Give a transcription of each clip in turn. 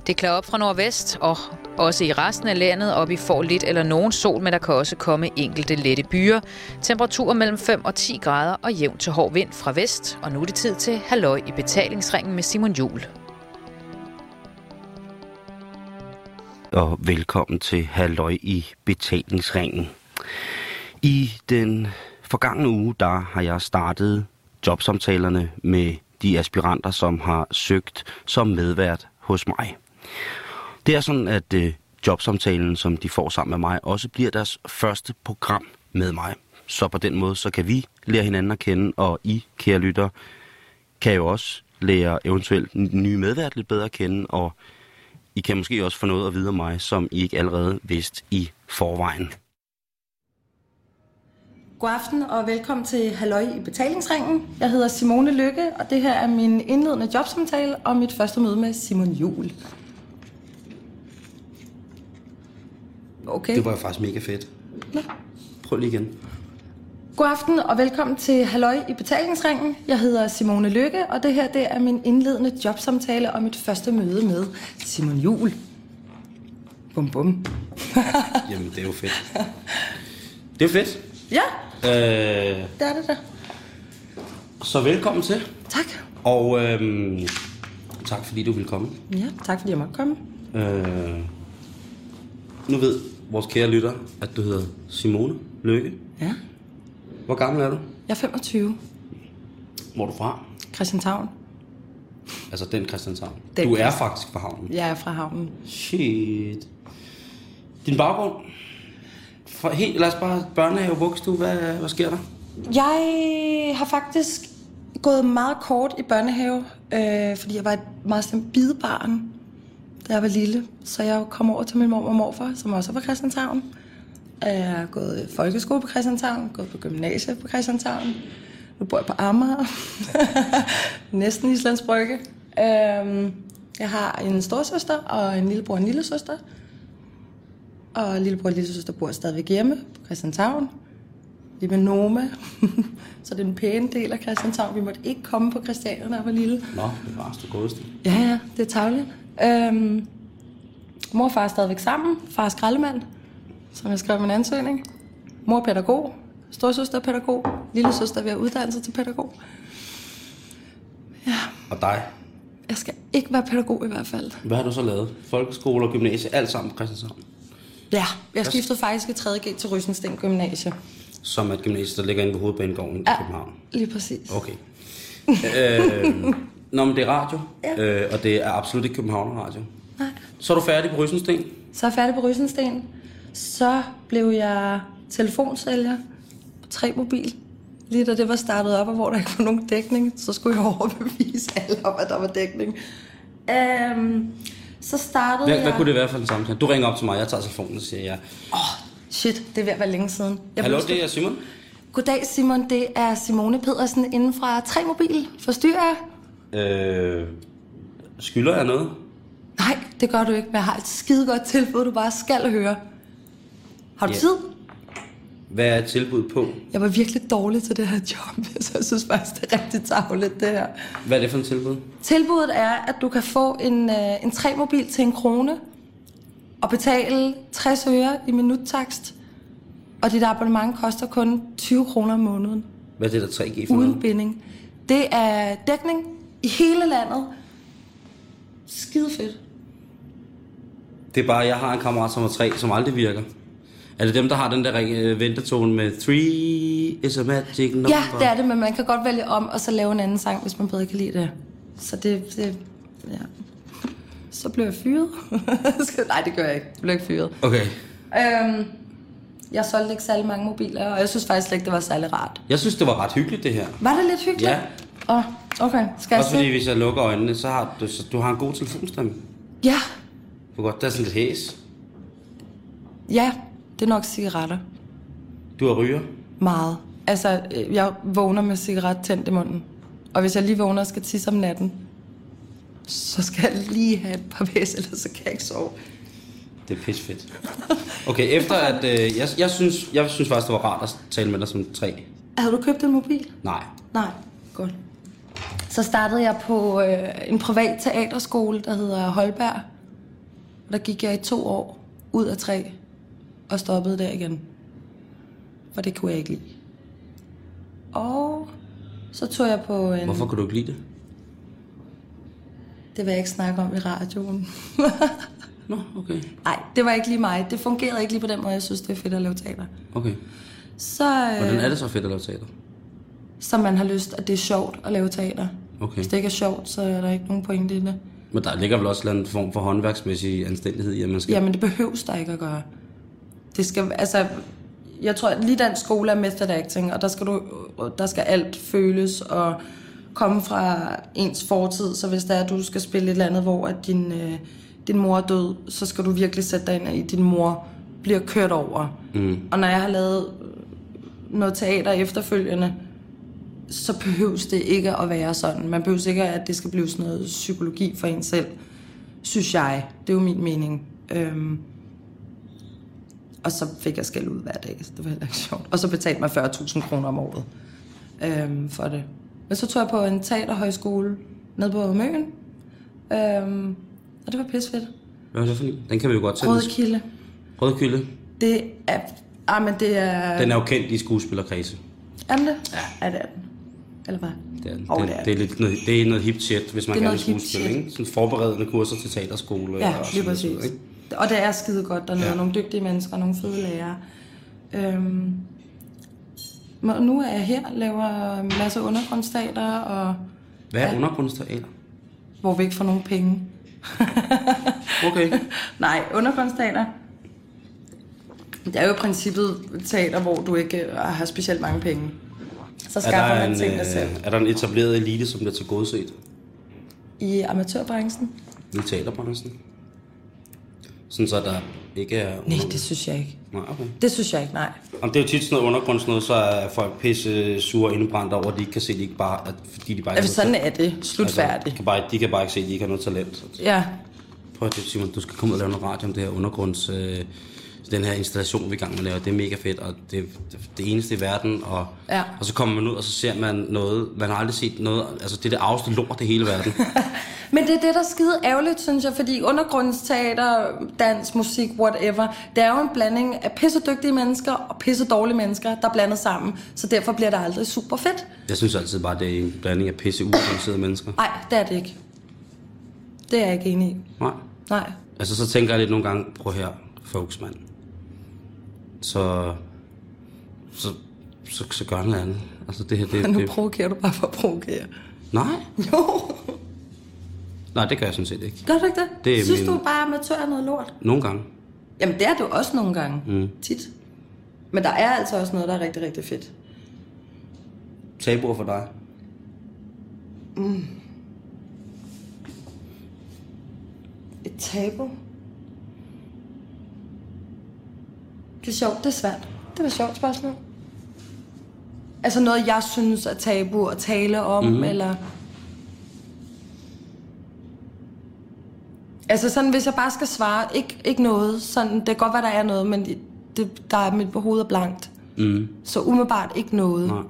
Det klarer op fra nordvest, og også i resten af landet, og vi får lidt eller nogen sol, men der kan også komme enkelte lette byer. Temperaturer mellem 5 og 10 grader og jævn til hård vind fra vest. Og nu er det tid til Halløj i betalingsringen med Simon Juhl. Og velkommen til Halløj i betalingsringen. I den forgangne uge, der har jeg startet jobsamtalerne med de aspiranter, som har søgt som medvært hos mig. Det er sådan, at jobsamtalen, som de får sammen med mig, også bliver deres første program med mig. Så på den måde, så kan vi lære hinanden at kende, og I, kære lytter, kan jo også lære eventuelt nye medvært lidt bedre at kende, og I kan måske også få noget at vide om mig, som I ikke allerede vidste i forvejen. God aften og velkommen til Halløj i betalingsringen. Jeg hedder Simone Lykke, og det her er min indledende jobsamtale og mit første møde med Simon Juhl. Okay. Det var jo faktisk mega fedt. Nå. Prøv lige igen. God aften og velkommen til Halløj i betalingsringen. Jeg hedder Simone Lykke, og det her det er min indledende jobsamtale og mit første møde med Simon Juhl. Bum bum. Jamen, det er jo fedt. Det er fedt. Ja, det er det da. Så velkommen til. Tak. Og tak fordi du ville komme. Ja, tak fordi jeg måtte komme. Nu ved vores kære lytter, at du hedder Simone Lykke. Ja. Hvor gammel er du? Jeg er 25. Hvor er du fra? Christianshavn. Altså den Christianshavn. Den Du er faktisk fra havnen. Jeg er fra havnen. Shit. Din baggrund? Lad os bare børnehave, vuggestue. Hvad sker der? Jeg har faktisk gået meget kort i børnehave, fordi jeg var et meget slemt bidebarn, da jeg var lille. Så jeg kom over til min mor og morfar, som også var fra Christianshavn. Jeg har gået i folkeskole på Christianshavn, gået på gymnasiet på Christianshavn. Nu bor jeg på Amager. Næsten Islands Brygge. Jeg har en storsøster og en lillebror og en lillesøster. Og lillebror og lillesøster bor stadigvæk hjemme på Christianshavn. Lige med Noma. Så det er en pæne del af Christianshavn. Vi måtte ikke komme på Christiania, da jeg var lille. Nå, det var det godeste. Ja, det er tarveligt. Mor og far er stadigvæk sammen. Far er skraldemand, som jeg skrev min ansøgning. Mor er pædagog. Storsøster er pædagog. Lillesøster er ved at uddanne sig til pædagog. Ja. Og dig? Jeg skal ikke være pædagog i hvert fald. Hvad har du så lavet? Folkeskole og gymnasie, alt sammen på Christianshavn? Ja, jeg skiftede faktisk i 3.G til Rysensten Gymnasie. Som er et gymnasie, der ligger inde på Hovedbanegården i København? Lige præcis. Okay. Nå, men det er radio, ja. Og det er absolut ikke København Radio. Nej. Så er du færdig på Rysensten? Så er jeg færdig på Rysensten. Så blev jeg telefonsælger på 3 Mobil. Lige da det var startet op, og hvor der ikke var nogen dækning, så skulle jeg overbevise alle om, at der var dækning. Så startede jeg... Hvad kunne det være for den samtale? Du ringer op til mig, jeg tager telefonen og siger ja. Shit, det er ved at være længe siden. Hallo, det er Simon. Goddag Simon, det er Simone Pedersen inden fra 3 Mobil. Forstyrrer jeg? Skylder jeg noget? Nej, det gør du ikke, men jeg har et skide godt tilbud, du bare skal høre. Har du tid? Hvad er tilbud på? Jeg var virkelig dårlig til det her job, så jeg synes faktisk, det er rigtig tarveligt, det her. Hvad er det for en tilbud? Tilbuddet er, at du kan få en 3 Mobil til 1 krone og betale 60 øre i minuttakst. Og dit abonnement koster kun 20 kroner om måneden. Hvad er det, der 3G for uden noget? binding. Det er dækning i hele landet. Skide fedt. Det er bare, jeg har en kammerat, som har 3, som aldrig virker. Er det dem, der har den der ventetone med 3 is a magic number? Ja, det er det, men man kan godt vælge om, og så lave en anden sang, hvis man bedre kan lide det. Så det ja. Så blev jeg fyret. Nej, det gør jeg ikke. Jeg blev ikke fyret. Okay. Jeg solgte ikke særlig mange mobiler, og jeg synes faktisk ikke, det var særlig rart. Jeg synes, det var ret hyggeligt, det her. Var det lidt hyggeligt? Ja. Okay. Skal jeg også fordi, hvis jeg lukker øjnene, så har du har en god telefonstemme. Ja. Du godt, der er sådan lidt hæs. Ja, det er nok cigaretter. Du har ryger? Meget. Altså, jeg vågner med cigaret tændt i munden. Og hvis jeg lige vågner og skal tisse om natten, så skal jeg lige have et par væs, ellers så kan jeg ikke sove. Det er pisfedt. Okay, efter at... jeg synes faktisk, det var rart at tale med dig som 3. Havde du købt en mobil? Nej. Nej, godt. Så startede jeg på en privat teaterskole, der hedder Holberg. Og der gik jeg i 2 år ud af 3 og stoppede der igen. For det kunne jeg ikke lide. Og så tog jeg på en... Hvorfor kunne du ikke lide det? Det vil jeg ikke snakke om i radioen. Nå, okay. Nej, det var ikke lige mig. Det fungerede ikke lige på den måde, jeg synes, det er fedt at lave teater. Okay. Så, hvordan er det så fedt at lave teater? Så man har lyst, at det er sjovt at lave teater. Okay. Hvis det ikke er sjovt, så er der ikke nogen pointe i det. Men der ligger vel også en form for håndværksmæssig anstændighed i, at man skal... Jamen, det behøves der ikke at gøre. Det skal, altså... Jeg tror, at lige den skole er method acting, og der skal alt føles og komme fra ens fortid. Så hvis det er, at du skal spille et eller andet, hvor at din mor er død, så skal du virkelig sætte dig ind i, at din mor bliver kørt over. Og når jeg har lavet noget teater efterfølgende, så behøves det ikke at være sådan. Man behøver ikke, at det skal blive sådan noget psykologi for en selv, synes jeg. Det er jo min mening. Og så fik jeg skæld ud hver dag, så det var heller ikke sjovt. Og så betalte mig 40.000 kroner om året for det. Men så tog jeg på en teaterhøjskole nede på Møn. Og det var pissefedt. Hvad var det for en? Den kan vi jo godt tage. Rødkilde. Rødkilde? Det er... men det er... Den er jo kendt i skuespillerkredse. Er den det? Ja. Er det den? Eller hvad? Det er, det er noget hip shit, hvis man gerne vil skuespille, ikke? Sådan forberedende kurser til teaterskole. Ja, lige præcis. Og det er skide godt dernede. Ja. Nogle dygtige mennesker, nogle fede lærere. Nu er jeg her, laver en masse undergrundsteater. Og hvad er undergrundsteater? Hvor vi ikke får nogen penge. Okay. Nej, undergrundsteater. Det er jo i princippet teater, hvor du ikke har specielt mange penge. Så skaffer man tingene selv. Er der en etableret elite, som bliver tilgodeset? I amatørbranchen? I teaterbranchen? Sådan så der ikke er... Nej, det synes jeg ikke. Nej, okay. Det synes jeg ikke, nej. Om det er jo tit sådan noget undergrundsnød, så er folk pisse sure indebrændte over, at de ikke kan se, at de ikke bare... Fordi de bare ikke sådan er det. Slutfærdigt. Altså, de kan bare ikke se, at de ikke har noget talent. Ja. Prøv at Simon, du skal komme ud og lave noget radio om det her undergrunds... den her installation, vi er i gang med at lave, det er mega fedt, og det eneste i verden, og så kommer man ud, og så ser man noget, man har aldrig set noget, altså det er det arveste lort i hele verden. Men det er det, der er skide ærgerligt, synes jeg, fordi undergrundsteater, dans, musik, whatever, det er jo en blanding af pissedygtige mennesker og pissedårlige mennesker, der er blandet sammen, så derfor bliver det aldrig super fedt. Jeg synes altid bare, det er en blanding af pisseubalancerede mennesker. Nej, det er det ikke. Det er jeg ikke enig i. Nej. Altså så tænker jeg lidt nogle gange, prøv her, folks, mand. Så gør noget andet. Altså det her, men nu provokerer du bare for at provokere. Nej. Jo. Nej, det gør jeg sådan set ikke. Gør du ikke det? Synes du bare, amatør er noget lort? Nogle gange. Jamen det er det jo også nogle gange. Tit. Men der er altså også noget, der er rigtig, rigtig fedt. Tabuer for dig? Et tabu? Det er sjovt, det er svært. Det var et sjovt spørgsmål. Altså noget, jeg synes er tabu at tale om, eller... Altså sådan, hvis jeg bare skal svare, ikke noget. Sådan, det kan godt være, der er noget, men der er mit hoved er blankt. Så umiddelbart ikke noget. Nej.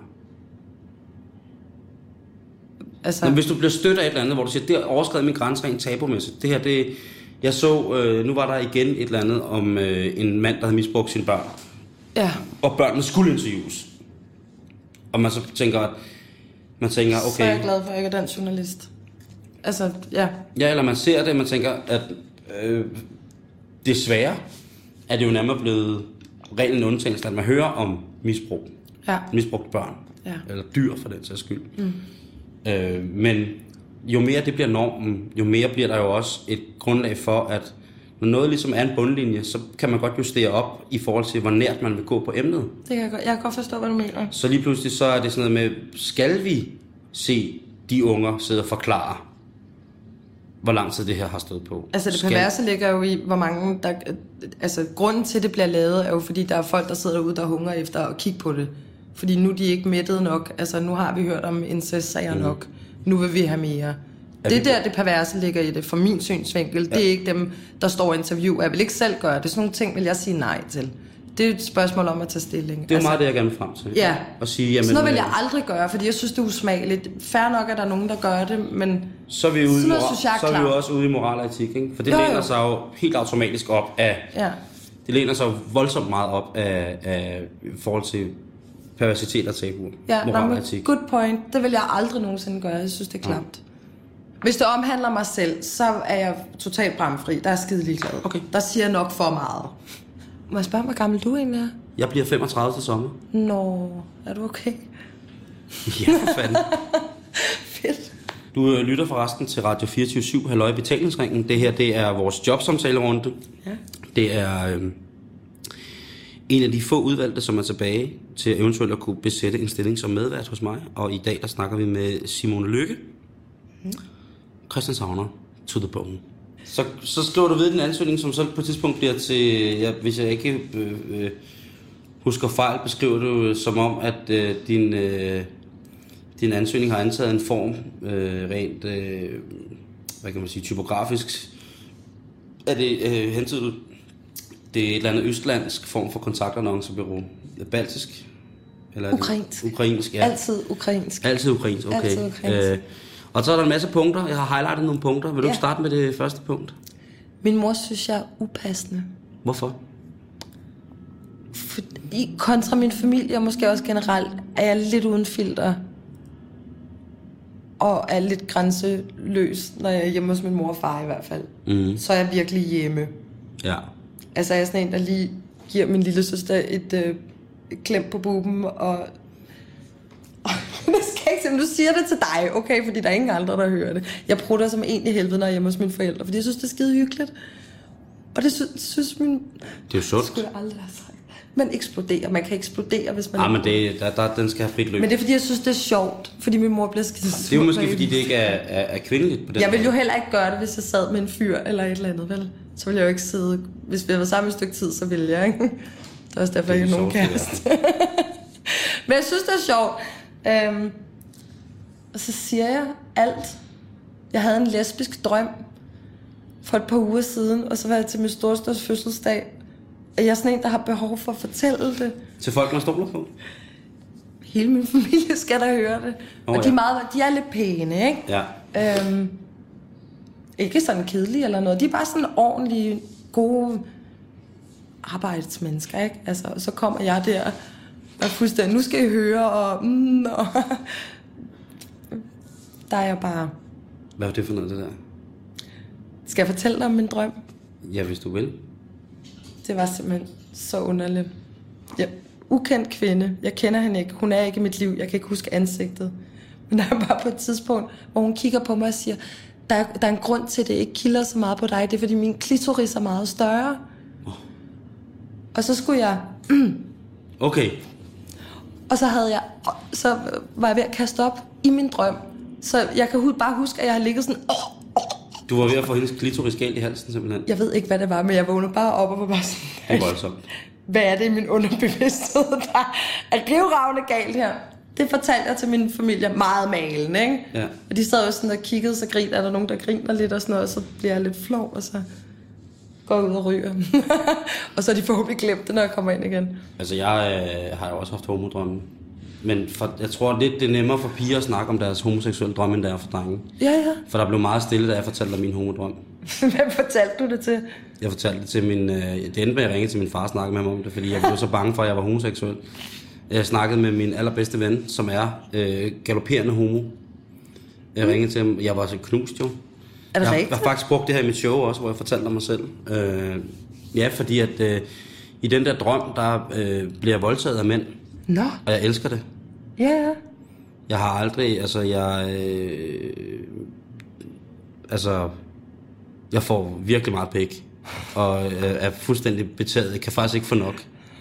Altså... Men hvis du bliver stødt af et eller andet, hvor du siger, det har overskredet min grænse rent tabumæssigt. Det her, det... Jeg så, nu var der igen et eller andet om en mand, der havde misbrugt sine børn. Ja. Og børnene skulle interviews. Og man så tænker, okay... Så er jeg glad for, at jeg ikke er den journalist. Altså, ja. Ja, eller man ser det, man tænker, at desværre er det jo nærmere blevet reglen undtagelse, at man hører om misbrug. Ja. Misbrugt børn. Ja. Eller dyr, for den sags skyld. Men jo mere det bliver normen, jo mere bliver der jo også et grundlag for, at når noget ligesom er en bundlinje, så kan man godt justere op i forhold til, hvor nært man vil gå på emnet. Det kan jeg kan godt forstå, hvad du mener. Så lige pludselig så er det sådan noget med, skal vi se de unger sidde og forklare, hvor lang tid det her har stået på? Altså det perverse ligger jo i, hvor mange der... Altså grunden til, det bliver lavet, er jo fordi, der er folk, der sidder derude, der hungrer efter at kigge på det. Fordi nu er de ikke mættet nok. Altså nu har vi hørt om incest-sager nok. Nu vil vi have mere. Det der, det perverse ligger i det, fra min synsvinkel. Ja. Det er ikke dem, der står og interviewer. Jeg vil ikke selv gøre det. Sådan nogle ting vil jeg sige nej til. Det er et spørgsmål om at tage stilling. Det er jo meget det, jeg gerne vil frem til. Ja. Og sige, jamen, sådan noget vil jeg aldrig gøre, fordi jeg synes, det er usmageligt. Fair nok, at der er nogen, der gør det, men så er vi, ude så er vi jo også ude i moral og etik, ikke? For det læner sig jo helt automatisk op af... Ja. Det læner sig jo voldsomt meget op af forhold til perversitet og tabuer. Ja, moral og etik. Good point. Det vil jeg aldrig nogensinde gøre. Jeg synes, det er klamt. Hvis det omhandler mig selv, så er jeg totalt bramfri. Der er skide ligeglad. Okay. Der siger jeg nok for meget. Må jeg spørge, hvor gammel du egentlig er? Jeg bliver 35 til sommer. Nå, er du okay? Ja, for fanden. Fedt. Du lytter forresten til Radio 24/7, halløj i betalingsringen. Det her, det er vores jobsamtalerunde. Ja. Det er en af de få udvalgte, som er tilbage til eventuelt at kunne besætte en stilling som medvært hos mig. Og i dag, der snakker vi med Simone Lykke. Christian Savner, to the bone. Så skriver du ved den ansøgning, som så på et tidspunkt bliver til, hvis jeg ikke husker fejl, beskriver du som om, at din ansøgning har antaget en form rent, hvad kan man sige, typografisk. Er det hentydet, det er et eller andet østlandsk form for kontaktannoncebureau? Baltisk? Eller Ukrainsk. Ukrainsk, ja. Altid ukrainsk. Altid ukrainsk, okay. Altid ukrainsk. Og så er der en masse punkter. Jeg har highlightet nogle punkter. Vil du ikke starte med det første punkt? Min mor synes, jeg er upassende. Hvorfor? Fordi kontra min familie, og måske også generelt, er jeg lidt uden filter. Og er lidt grænseløs, når jeg er hjemme hos min mor og far i hvert fald. Mm. Så er jeg virkelig hjemme. Ja. Altså jeg er sådan en, der lige giver min lille søster et klem på buben, og det skal ikke sige, du siger det til dig, okay, fordi der er ingen andre, der hører det. Jeg prutter som en i helvede, når jeg er hjemme hos mine forældre, fordi jeg synes, det er skide hyggeligt. Og det synes min... Det er jo sundt. Det skulle jeg aldrig have sagt. Man eksploderer. Man kan eksplodere, hvis man... Ja, men den skal have frit løb. Men det er, fordi jeg synes, det er sjovt, fordi min mor bliver skide sur. Det er jo måske, fordi det ikke er kvindeligt på den Jeg ville jo heller ikke gøre det, hvis jeg sad med en fyr eller et eller andet, vel? Så ville jeg jo ikke sidde... Hvis vi havde været sammen et stykke tid, så ville jeg, ikke? Det er også derfor, jeg ikke har nogen kæreste. Men jeg synes, det er sjovt. Og så siger jeg alt. Jeg havde en lesbisk drøm for et par uger siden, og så var jeg til min storstors fødselsdag. Og jeg er sådan en, der har behov for at fortælle det. Til folk, man stoler på? Hele min familie skal da høre det. Og de er lidt pæne, ikke? Ja. Ikke sådan kedelige eller noget. De er bare sådan ordentlige, gode arbejdsmennesker, ikke? Altså, og så kommer jeg der og fuldstændig, nu skal I høre, og der er jeg bare... Hvad er det for noget, det der? Skal jeg fortælle dig om min drøm? Ja, hvis du vil. Det var simpelthen så underligt. Ja, ukendt kvinde. Jeg kender hende ikke. Hun er ikke i mit liv. Jeg kan ikke huske ansigtet. Men der er bare på et tidspunkt, hvor hun kigger på mig og siger, der er en grund til, at det ikke kilder så meget på dig. Det er, fordi min klitoris er meget større. Og så skulle jeg... Okay. Og så var jeg ved at kaste op i min drøm. Så jeg kan bare huske, at jeg har ligget sådan... Du var ved at få hendes klitoris galt i halsen, simpelthen. Jeg ved ikke, hvad det var, men jeg vågnede bare op og var bare sådan... Det er voldsomt. Hvad er det i min underbevidsthed, der er rivravne galt her? Det fortalte jeg til min familie meget malende, ikke? Ja. Og de sad jo sådan og kiggede, så er der nogen, der griner lidt og sådan noget, og så bliver jeg lidt flov, og så går jeg ud og ryger. Og så er de forhåbentlig glemt det, når jeg kommer ind igen. Altså, jeg har jo også haft homodrømme. Men jeg tror lidt, det er nemmere for piger at snakke om deres homoseksuelle drømme, end det er for drenge. Ja. For der blev meget stille, da jeg fortalte om min homodrøm. Hvem fortalte du det til? Jeg fortalte det til det endte med at ringe til min far og snakke med ham om det, fordi jeg blev så bange for, at jeg var homoseksuel. Jeg snakkede med min allerbedste ven, som er galopperende homo. Jeg ringede til ham, jeg var så knust jo. Er det jeg har faktisk brugt det her i mit show også, hvor jeg fortalte om mig selv. Ja, fordi at i den der drøm, der bliver jeg voldtaget af mænd. Nå. Og jeg elsker det. Ja. Jeg har aldrig, jeg får virkelig meget pæk, og er fuldstændig betaget. Jeg kan faktisk ikke få nok.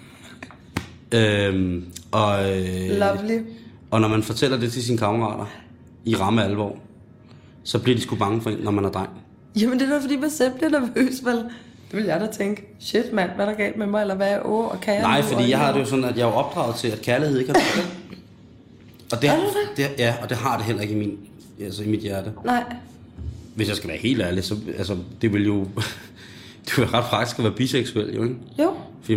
Lovely. Og når man fortæller det til sine kammerater, i ramme alvor, så bliver de sgu bange for en, når man er dreng. Jamen det er da fordi, man selv bliver nervøs, vel? Det vil jeg da tænke. Shit mand, hvad er der galt med mig, eller hvad er og kan jeg? Nej, fordi jeg har det jo sådan, at jeg er opdraget til, at kærlighed ikke har noget. Og det, ja, og det har det heller ikke i mit hjerte. Nej. Hvis jeg skal være helt ærlig, så det vil jo... Det er jo ret praktisk at være biseksuel, jo ikke? Jo. Fordi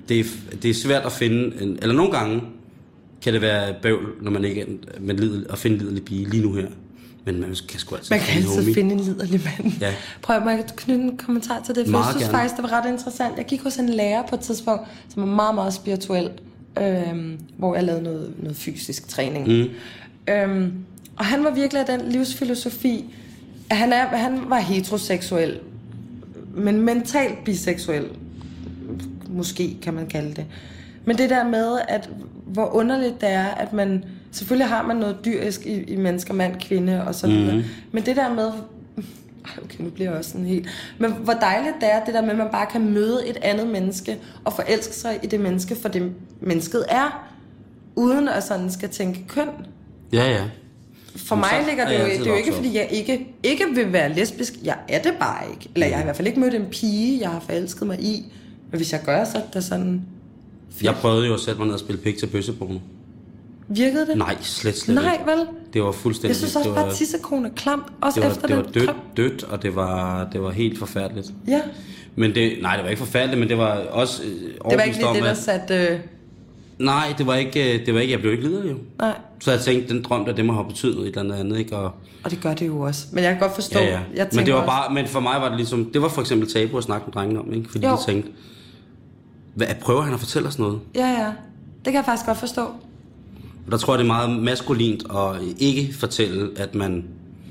det er svært at finde, eller nogle gange kan det være bøvl, når man ikke at finde en liderlig pige lige nu her. Men man kan sgu altid finde en liderlig mand. Ja. Prøv at knytte en kommentar til det, for jeg synes faktisk, det var ret interessant. Jeg gik hos en lærer på et tidspunkt, som er meget, meget spirituel, hvor jeg lavede noget fysisk træning. Og han var virkelig af den livsfilosofi, at han var heteroseksuel, men mentalt biseksuel, måske kan man kalde det. Men det der med, at hvor underligt det er, at man, selvfølgelig har man noget dyrisk i mennesker, mand, kvinde og så videre. Men det der med, okay, nu bliver jeg også sådan helt, men hvor dejligt det er, det der med, at man bare kan møde et andet menneske, og forelske sig i det menneske, for det mennesket er, uden at sådan skal tænke køn. Ja. For mig ligger det jo ikke, fordi jeg ikke vil være lesbisk. Jeg er det bare ikke. Eller jeg har i hvert fald ikke mødt en pige, jeg har forelsket mig i. Men hvis jeg gør, så er det sådan... Jeg prøvede jo at sætte mig ned og spille pik til bøsseporno. Virkede det? Nej, slet Nej, ikke. vel? Det var fuldstændig... Jeg synes også bare, at tissekone er klamt. Også det efter var dødt, og det var helt forfærdeligt. Ja. Men det var ikke forfærdeligt, men det var også... det var ikke lige det, der satte... Nej, det var ikke, jeg blev ikke liderlig jo. Nej. Så jeg tænkte, den drøm der, det må have betydet et eller andet, ikke? Og det gør det jo også. Men jeg kan godt forstå. Ja. Men det var også... bare, men for mig var det ligesom, det var for eksempel tabu at snakke med drengene om, ikke? Fordi de tænkte, prøver han at fortælle os noget? Ja. Det kan jeg faktisk godt forstå. Og der tror jeg, det er meget maskulint at ikke fortælle, at man,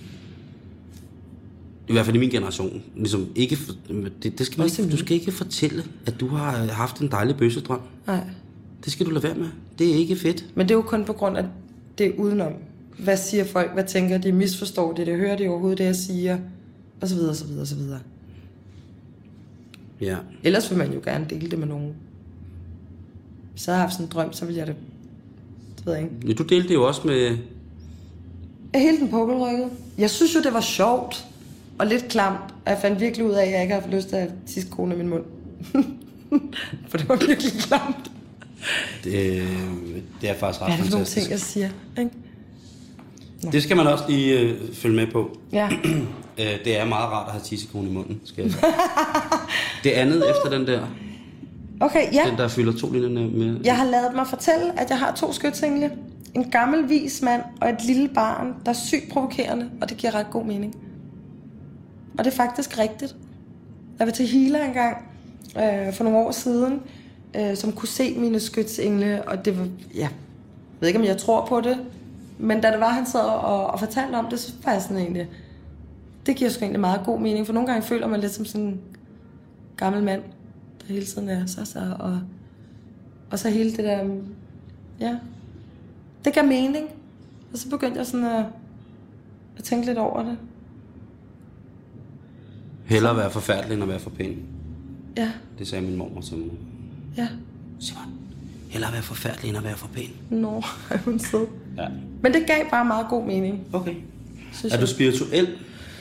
i hvert fald i min generation, ligesom ikke, det skal man ikke, du skal ikke fortælle, at du har haft en dejlig bøssedrøm. Nej. Det skal du lade være med. Det er ikke fedt. Men det er jo kun på grund af det udenom. Hvad siger folk? Hvad tænker de? Misforstår det? Hører de overhovedet det, jeg siger? Og så videre, så videre, så videre. Ja. Ellers vil man jo gerne dele det med nogen. Hvis jeg havde haft sådan en drøm, så ville jeg det ved jeg ikke. Ja, du delte det jo også med... Jeg hele den pukkelrykket. Jeg synes jo, det var sjovt. Og lidt klamt. Og jeg fandt virkelig ud af, at jeg ikke har haft lyst til at have tidskone i min mund. For det var virkelig klamt. Det er faktisk ret fantastisk. Det er nogle ting, jeg siger, ikke? Det skal man også lige følge med på. Ja. Det er meget rart at have tissekone i munden, skal jeg sige. Det andet efter den der... Okay, ja. Den der fylder 2 linjer med... Jeg har ladet mig fortælle, at jeg har 2 skytsengle. En gammel vis mand og et lille barn, der er sygt provokerende, og det giver ret god mening. Og det er faktisk rigtigt. Jeg var til healer engang for nogle år siden, som kunne se mine skytsengle, og det var... Ja, jeg ved ikke, om jeg tror på det, men da det var, han sad og fortalte om det, så var jeg sådan egentlig... Det giver sgu egentlig meget god mening, for nogle gange føler man lidt som sådan en gammel mand, der hele tiden er så og så hele det der... Ja, det gav mening. Og så begyndte jeg sådan at tænke lidt over det. Hellere være forfærdelig, end at være for pæn. Ja. Det sagde min mormor til mig. Ja. Simon, hellere være forfærdelig, end at være for pæn. Nå, er hun sød. Ja. Men det gav bare meget god mening. Okay. Er du spirituel?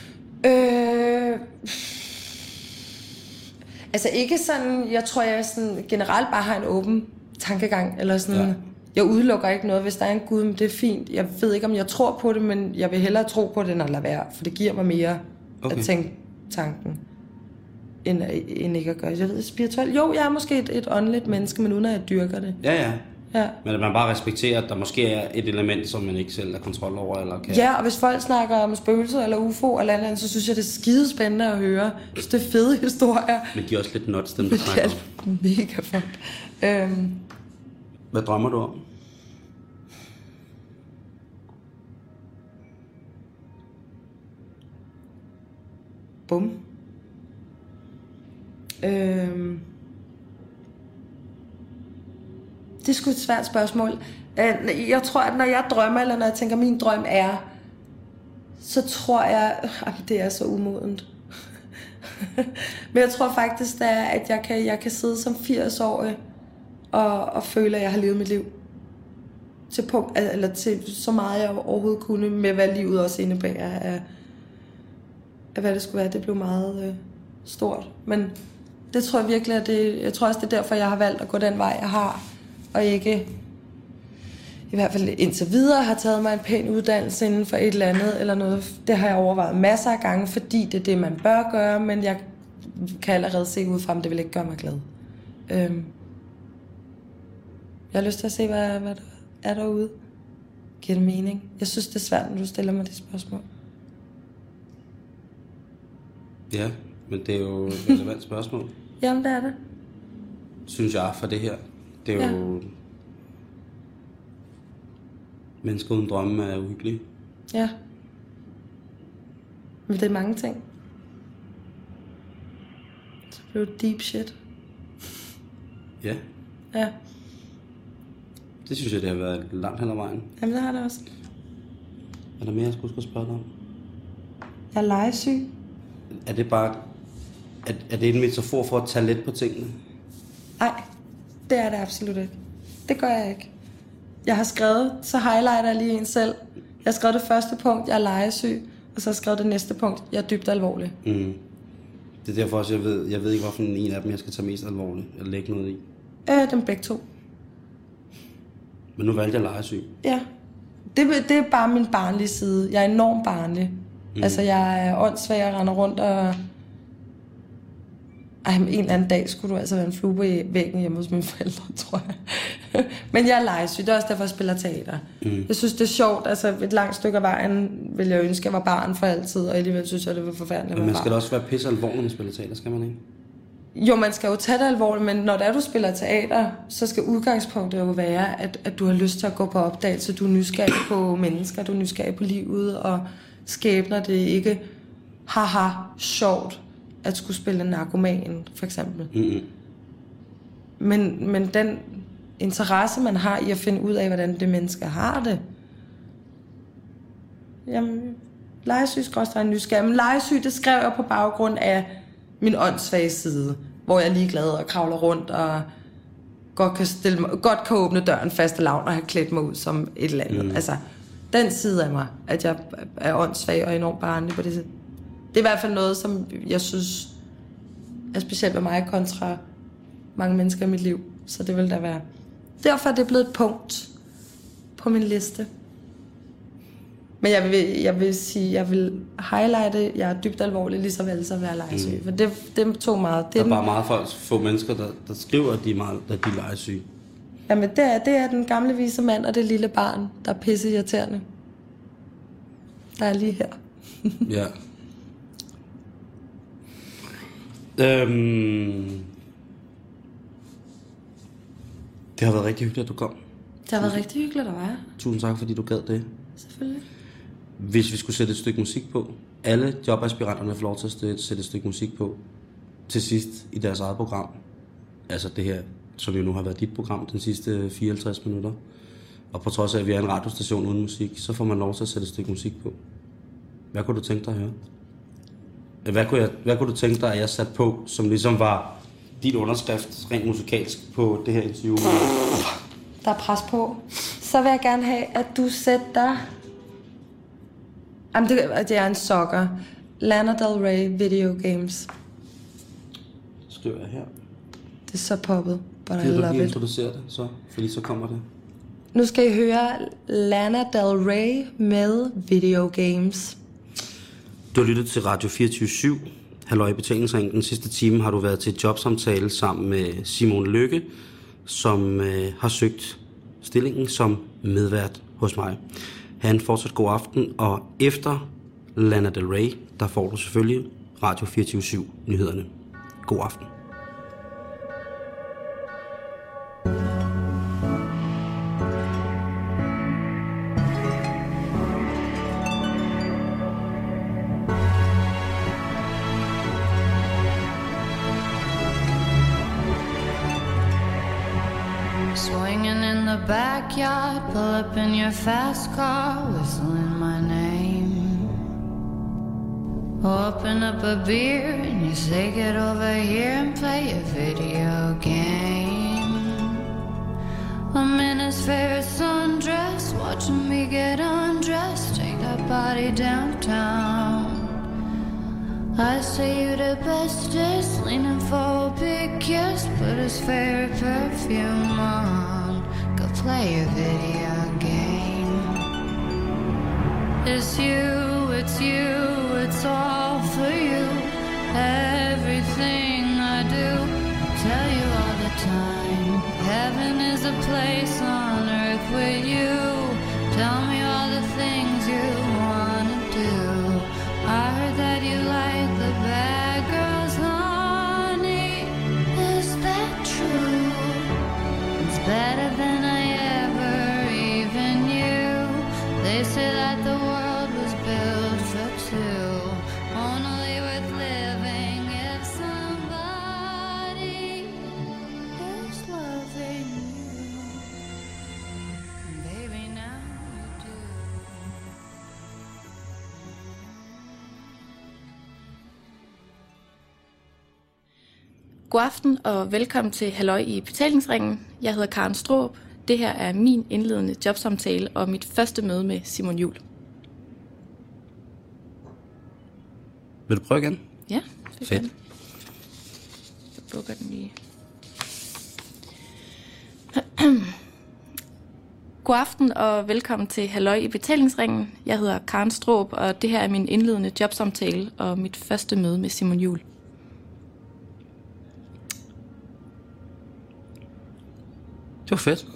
Altså ikke sådan, jeg tror jeg sådan generelt bare har en åben tankegang, eller sådan, jeg udelukker ikke noget, hvis der er en Gud, men det er fint. Jeg ved ikke, om jeg tror på det, men jeg vil hellere tro på det, end at lade være, for det giver mig mere at tænke tanken, end ikke at gøre. Jeg ved, spirituelt, jo, jeg er måske et åndeligt menneske, men uden at jeg dyrker det. Ja. Men at man bare respekterer, at der måske er et element, som man ikke selv har kontrol over, eller kan... Ja, og hvis folk snakker om spøgelser eller UFO eller andet, så synes jeg, det er skidespændende at høre. Det er fede historier. Men de er også lidt nuts, dem der snakker om. Det er mega fucked. Hvad drømmer du om? Bum. Det er sgu et svært spørgsmål. Jeg tror, at når jeg drømmer, eller når jeg tænker, min drøm er, så tror jeg, det er så umodent. Men jeg tror faktisk, det er, at jeg kan sidde som 80-årig og føle, at jeg har levet mit liv. Til så meget, jeg overhovedet kunne, med hvad livet også indebærer af hvad det skulle være. Det blev meget stort. Men det tror jeg virkelig, at jeg tror også, det er derfor, jeg har valgt at gå den vej, jeg har. Og ikke, i hvert fald indtil videre, har taget mig en pæn uddannelse inden for et eller andet, eller noget. Det har jeg overvejet masser af gange, fordi det er det, man bør gøre, men jeg kan allerede se ud fra, at det vil ikke gøre mig glad. Jeg har lyst til at se, hvad der er derude. Giver det mening? Jeg synes, det er svært, når du stiller mig det spørgsmål. Ja, men det er jo et relevant spørgsmål. Jamen, det er det. Synes jeg, for det her. Det er jo... Mennesker uden drømme er uhyggelige. Ja. Men det er mange ting. Så blev det deep shit. Ja. Ja. Det synes jeg, det har været langt hen ad vejen. Jamen, det har det også. Er der mere, jeg skulle spørge dig om? Jeg er legesyg. Er det bare... Er det en metafor for at tage let på tingene? Nej, det er det absolut ikke. Det gør jeg ikke. Jeg har skrevet, så highlighter jeg lige en selv. Jeg har skrevet det første punkt, jeg er legesyg. Og så har jeg skrevet det næste punkt, jeg er dybt alvorlig. Mm. Det er derfor også, jeg ved ikke, hvorfor en af dem, jeg skal tage mest alvorligt. Eller lægge noget i. Dem begge to. Men nu valgte jeg legesyg. Ja. Det er bare min barnlige side. Jeg er enormt barnlig. Altså, jeg er åndssvag og render rundt og... en eller anden dag skulle du altså være en flue på væggen hjemme hos mine forældre, tror jeg. Men jeg er legesyg. Det er også derfor, jeg spiller teater. Jeg synes, det er sjovt. Altså, et langt stykke af vejen ville jeg ønske, at jeg var barn for altid. Og alligevel synes jeg, det var forfærdeligt. Men man skal da også være pisse alvorlig, når man spiller teater, skal man ikke? Jo, man skal jo tage det alvorligt, men når det er, du spiller teater, så skal udgangspunktet jo være, at du har lyst til at gå på opdagelse. Du er nysgerrig på mennesker, du er nysgerrig på livet og skæbner. Det er ikke haha, sjovt at skulle spille en narkoman, for eksempel. Men den interesse, man har i at finde ud af, hvordan det menneske har det. Jamen, legesyg skal også være en nysgerrig. Men legesyg, det skrev jeg på baggrund af min åndssvage side, hvor jeg er ligeglad og kravler rundt og godt kan åbne døren fast og lavn og have klædt mig ud som et eller andet. Altså, den side af mig, at jeg er åndssvag og enormt barnlig på det. Det er i hvert fald noget, som jeg synes er specielt ved mig kontra mange mennesker i mit liv. Så det vil da være... Derfor er det blevet et punkt på min liste. Men jeg vil sige, jeg vil highlighte, jeg er dybt alvorlig, lige så vel så være legesyg. For det tog meget. Der er bare meget få mennesker, der skriver, at de er legesyge. Jamen, det er den gamle vise mand og det lille barn, der er pisse irriterende. Der er lige her. Ja. Det har været rigtig hyggeligt, at du kom. Det har været rigtig hyggeligt at være. Tusind tak, fordi du gad det. Selvfølgelig. Hvis vi skulle sætte et stykke musik på, alle jobaspiranterne får lov til at sætte et stykke musik på til sidst i deres eget program. Altså det her, som jo nu har været dit program den sidste 54 minutter. Og på trods af, at vi er en radiostation uden musik, så får man lov til at sætte et stykke musik på. Hvad kunne du tænke dig at høre? Hvad kunne du tænke dig, at jeg satte på, som ligesom var dit underskrift rent musikalsk på det her interview? Der er pres på. Så vil jeg gerne have, at du sætter... Jamen, det er en sokker. Lana Del Rey Video Games. Skriver jeg her. Det er så poppet, but I love it. Vil du introducere det, så? Fordi så kommer det. Nu skal I høre Lana Del Rey med Video Games. Du har lyttet til Radio 24/7. Halløj i betalingsringen. Den sidste time har du været til et jobsamtale sammen med Simon Lykke, som har søgt stillingen som medvært hos mig. Han fortsat god aften, og efter Lana Del Rey, der får du selvfølgelig Radio 24/7 nyhederne. God aften. Swinging in the backyard, pull up in your fast car, whistling my name. Open up a beer and you say get over here and play a video game. I'm in his favorite sundress, watching me get undressed, take that body downtown. I say you the bestest, leaning for a big kiss, put his favorite perfume on, go play a video game. It's you, it's all for you, everything I do, tell you all the time, heaven is a place on earth with you. Tell me all the things you wanna do. I heard that you like the bad girls, honey. Is that true? It's better than I ever even knew. They say that the world was built for two. Only worth living if somebody is loving you. Baby, now you do. God aften og velkommen til Halløj i Betalingsringen. Jeg hedder Karen Straarup. Det her er min indledende jobsamtale og mit første møde med Simon Juhl. Vil du prøve igen? Ja, Fedt. Jeg bukker den lige. God aften og velkommen til Halløj i Betalingsringen. Jeg hedder Karen Straarup, og det her er min indledende jobsamtale og mit første møde med Simon Juhl. Det var fedt.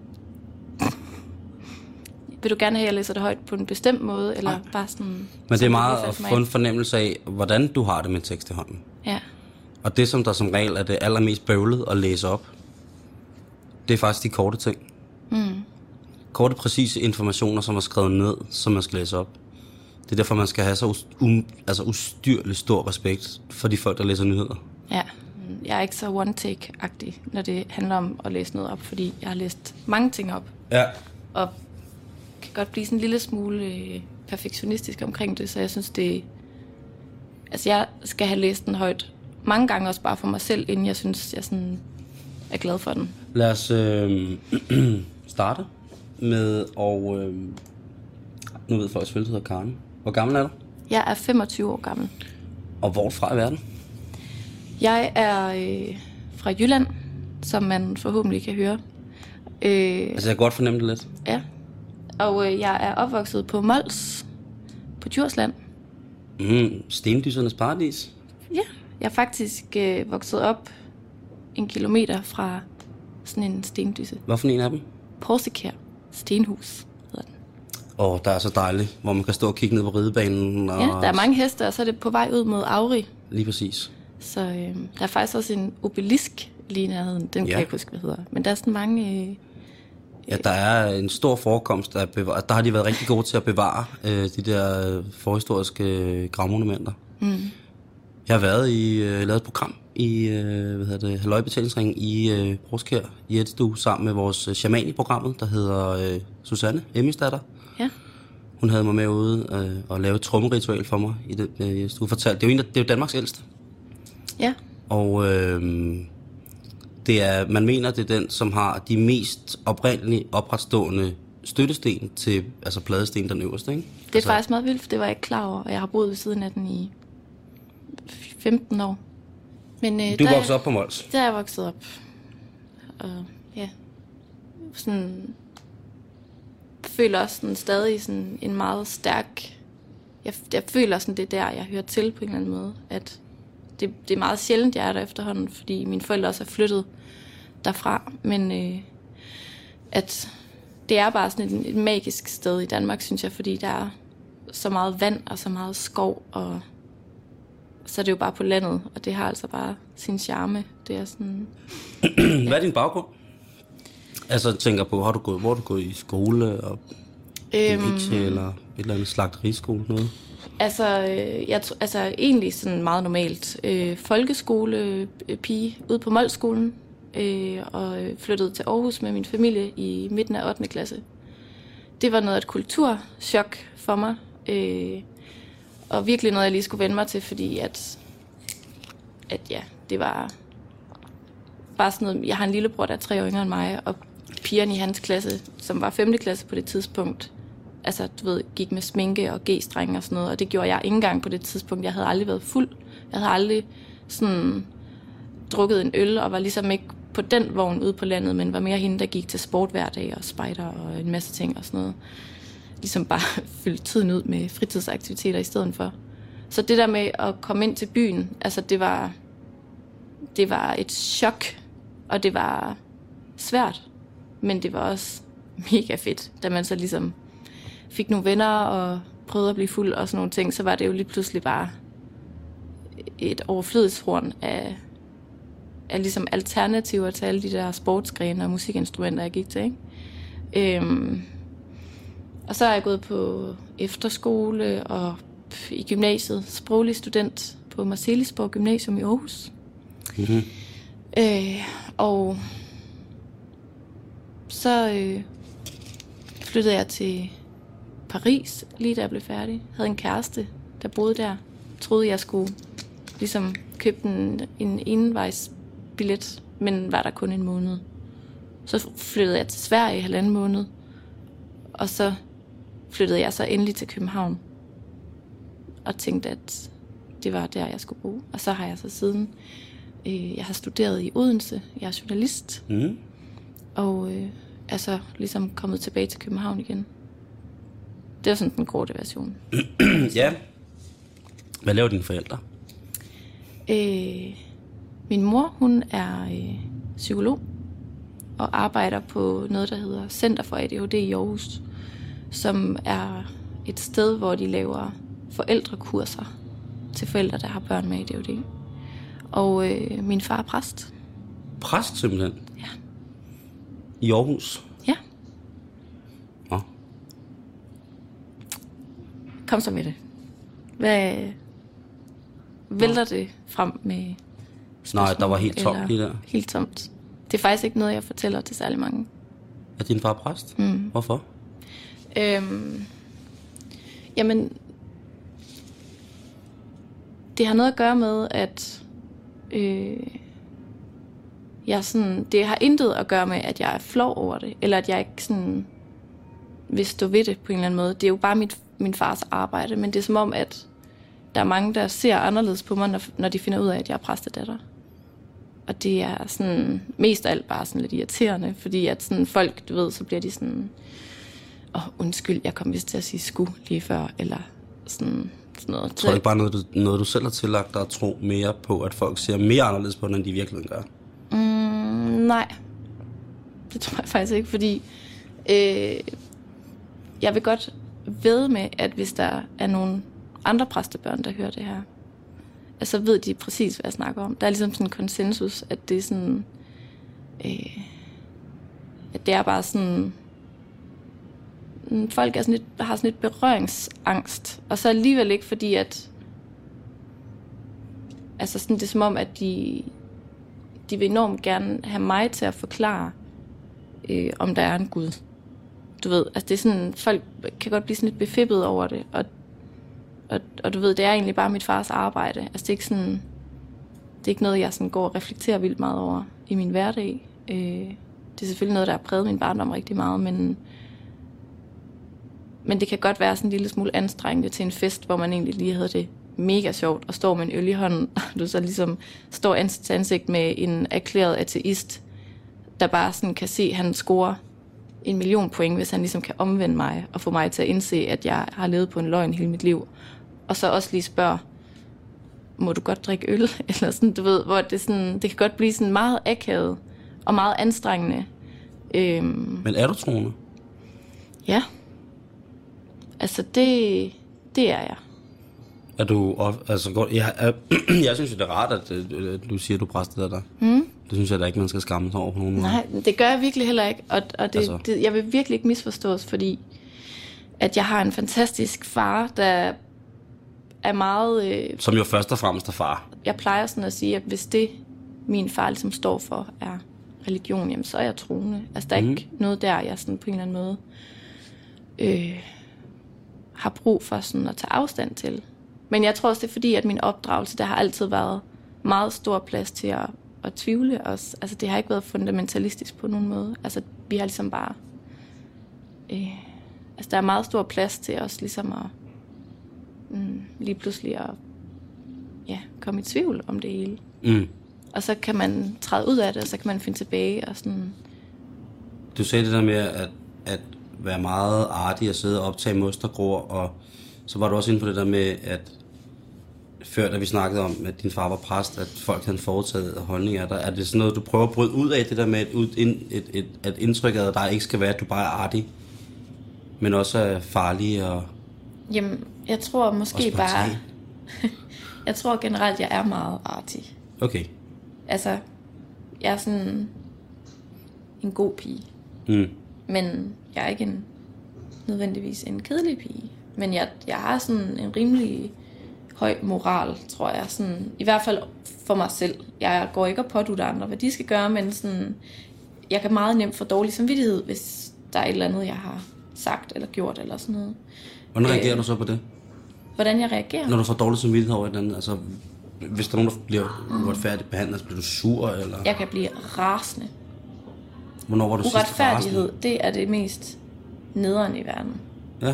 Vil du gerne have, at jeg læser det højt på en bestemt måde, eller bare sådan... Men det er meget at få en fornemmelse af, hvordan du har det med tekst i hånden. Ja. Og det, som der som regel er det allermest bøvlet at læse op, det er faktisk de korte ting. Korte, præcise informationer, som er skrevet ned, som man skal læse op. Det er derfor, man skal have så ustyrligt stor respekt for de folk, der læser nyheder. Ja, jeg er ikke så one-take-agtig, når det handler om at læse noget op, fordi jeg har læst mange ting op. Ja. Og kan godt blive sådan en lille smule perfektionistisk omkring det, så jeg synes det... Altså jeg skal have læst den højt mange gange, også bare for mig selv, inden jeg synes, jeg sådan er glad for den. Lad os starte med, og nu ved folk selvfølgelig, du hedder Karen. Hvor gammel er du? Jeg er 25 år gammel. Og hvor fra i verden? Jeg er fra Jylland, som man forhåbentlig kan høre. Altså jeg kan godt fornemme det lidt. Ja, og jeg er opvokset på Mols, på Djursland. Stendysernes paradis. Ja, jeg er faktisk vokset op 1 kilometer fra sådan en stendysse. Hvorfor en af dem? Porsikær Stenhus hedder den. Der er så dejligt, hvor man kan stå og kigge ned på ridebanen. Og... Ja, der er mange heste, og så er det på vej ud mod Auri. Lige præcis. Så der er faktisk også en obelisk lige nærheden. Den kan jeg ikke huske, hvad hedder. Men der er sådan mange... Ja, der er en stor forekomst af bevare. Der har de været rigtig gode til at bevare de der forhistoriske gravmonumenter. Jeg har været lavet et program i Halløj Betalingsringen i Broskær i Edstue sammen med vores shaman i programmet, der hedder Susanne Emmisdatter. Ja. Hun havde mig med ude og lave et trommeritual for mig i det stue. Fortalt. Det er jo Danmarks ældste. Ja. Og man mener, det er den, som har de mest oprindelige opretstående støttesten til, altså pladesten den øverste, ikke? Det er faktisk meget vildt, for det var jeg ikke klar over, og jeg har boet ved siden af den i 15 år. Men, du voksede op på Mols? Der er jeg vokset op. Og ja, sådan... føler også sådan stadig sådan en meget stærk... Jeg føler sådan, det er der, jeg hører til på en eller anden måde, at det er meget sjældent, jeg er der efterhånden, fordi mine forældre også er flyttet derfra, men at det er bare sådan et magisk sted i Danmark, synes jeg, fordi der er så meget vand og så meget skov, og så er det jo bare på landet, og det har altså bare sin charme. Det er sådan... Hvad er din baggrund? Altså, jeg tænker på, hvor har du gået i skole, og eller et eller andet slagteriskole, noget? Altså, egentlig sådan meget normalt. Folkeskolepige ude på Molskolen, og flyttede til Aarhus med min familie i midten af 8. klasse. Det var noget af et kulturschok for mig, og virkelig noget, jeg lige skulle vende mig til, fordi at ja, det var bare sådan noget. Jeg har en lillebror, der er 3 år yngre end mig, og pigerne i hans klasse, som var 5. klasse på det tidspunkt, altså, du ved, gik med sminke og g-streng og sådan noget, og det gjorde jeg ikke engang på det tidspunkt. Jeg havde aldrig været fuld. Jeg havde aldrig sådan drukket en øl, og var ligesom ikke på den vogn ude på landet, men var mere hende, der gik til sport hver dag, og spejder og en masse ting og sådan noget. Ligesom bare fylde tiden ud med fritidsaktiviteter i stedet for. Så det der med at komme ind til byen, altså det var et chok, og det var svært. men det var også mega fedt, da man så ligesom fik nogle venner og prøvede at blive fuld og sådan nogle ting, så var det jo lige pludselig bare et overflødighedshorn af ligesom alternativer til alle de der sportsgrene og musikinstrumenter, jeg gik til, ikke? Og så er jeg gået på efterskole og i gymnasiet, sproglig student på Marselisborg Gymnasium i Aarhus. Mm-hmm. Og så flyttede jeg til Paris, lige da jeg blev færdig. Jeg havde en kæreste, der boede der. Troede, jeg skulle ligesom købe en envejsbillet, men var der kun en måned. Så flyttede jeg til Sverige i 1,5 måned, og så flyttede jeg så endelig til København, og tænkte, at det var der, jeg skulle bo. Og så har jeg så siden, jeg har studeret i Odense, jeg er journalist, og er så ligesom kommet tilbage til København igen. Det er sådan den korte version. Ja. Hvad laver dine forældre? Min mor, hun er psykolog og arbejder på noget, der hedder Center for ADHD i Aarhus, som er et sted, hvor de laver forældrekurser til forældre, der har børn med ADHD. Og min far er præst. Præst simpelthen? Ja. I Aarhus? Ja. Nå. Kom så med det. Hvad vælter det frem med spørgsmål? Nej, der var helt tomt lige der. Helt tomt. Det er faktisk ikke noget, jeg fortæller til særlig mange. Er din far præst? Hvorfor? Jamen, det har noget at gøre med, at jeg sådan, det har intet at gøre med, at jeg er flov over det, eller at jeg ikke sådan vil stå ved det på en eller anden måde. Det er jo bare min fars arbejde, men det er som om, at der er mange, der ser anderledes på mig, når de finder ud af, at jeg er præstedatter. Og det er sådan mest af alt bare sådan lidt irriterende, fordi at sådan folk, du ved, så bliver de sådan, undskyld, jeg kom vist til at sige sku lige før, eller sådan noget. Jeg tror ikke bare noget, du selv har tillagt dig at tro mere på, at folk ser mere anderledes på den, end de virkelig gør? Nej, det tror jeg faktisk ikke, fordi jeg vil godt vædde med, at hvis der er nogle andre præstebørn, der hører det her, så ved de præcis, hvad jeg snakker om. Der er ligesom sådan en konsensus, at det er sådan, at det er bare sådan, folk er sådan lidt, har sådan lidt berøringsangst, og så alligevel ikke, fordi at, altså sådan, det er som om, at de vil enormt gerne have mig til at forklare, om der er en Gud. Du ved, altså det er sådan, folk kan godt blive sådan lidt befippet over det, og du ved, det er egentlig bare mit fars arbejde. Altså det er ikke sådan, det er ikke noget, jeg sådan går og reflekterer vildt meget over i min hverdag. Det er selvfølgelig noget, der har præget min barndom rigtig meget, men det kan godt være sådan en lille smule anstrengende til en fest, hvor man egentlig lige havde det mega sjovt, og står med en øl i hånden, og du så ligesom står ansigt til ansigt med en erklæret ateist, der bare sådan kan se, at han scorer 1 million point, hvis han ligesom kan omvende mig, og få mig til at indse, at jeg har levet på en løgn hele mit liv. Og så også lige spørge, må du godt drikke øl? Eller sådan, du ved, hvor det sådan, det kan godt blive sådan meget akavet, og meget anstrengende. Men er du troende? Ja. Altså, det er jeg. Er du, altså godt, jeg synes jo, det er rart, at du siger, at du præster der. Det synes jeg da ikke, man skal skamme sig over på nogen måde. Nej, det gør jeg virkelig heller ikke. Og det, altså. Jeg vil virkelig ikke misforstås, fordi at jeg har en fantastisk far, der er meget... Som jo først og fremmest er far. Jeg plejer sådan at sige, at hvis det, min far ligesom står for, er religion, jamen så er jeg troende. Altså der er ikke noget der, jeg sådan på en eller anden måde har brug for sådan at tage afstand til. Men jeg tror også, det er fordi, at min opdragelse, der har altid været meget stor plads til at tvivle os. Altså det har ikke været fundamentalistisk på nogen måde. Altså vi har ligesom bare... altså der er meget stor plads til os ligesom at lige pludselig at komme i tvivl om det hele. Og så kan man træde ud af det, og så kan man finde tilbage og sådan... Du sagde det der med at være meget artig og sidde og optage mustergror, og så var du også inde på det der med, at før, da vi snakkede om, at din far var præst, at folk havde foretaget holdning af dig. Er det sådan noget, du prøver at bryde ud af, det der med at indtrykket af dig ikke skal være, at du bare er artig, men også er farlig og... Jamen, jeg tror måske bare... Jeg tror generelt, jeg er meget artig. Okay. Altså, jeg er sådan en god pige. Men jeg er ikke nødvendigvis en kedelig pige. Men jeg har sådan en rimelig høj moral, tror jeg. Sådan, i hvert fald for mig selv. Jeg går ikke og pådutter andre, hvad de skal gøre, men sådan, jeg kan meget nemt få dårlig samvittighed, hvis der er et eller andet, jeg har sagt eller gjort eller sådan noget. Hvordan reagerer du så på det? Hvordan jeg reagerer? Når du får dårlig samvittighed over et eller andet, altså hvis der er nogen, der bliver uretfærdigt behandlet, så bliver du sur, eller? Jeg kan blive rasende. Hvornår var du sidst rasende? Uretfærdighed, det er det mest nederen i verden. Ja.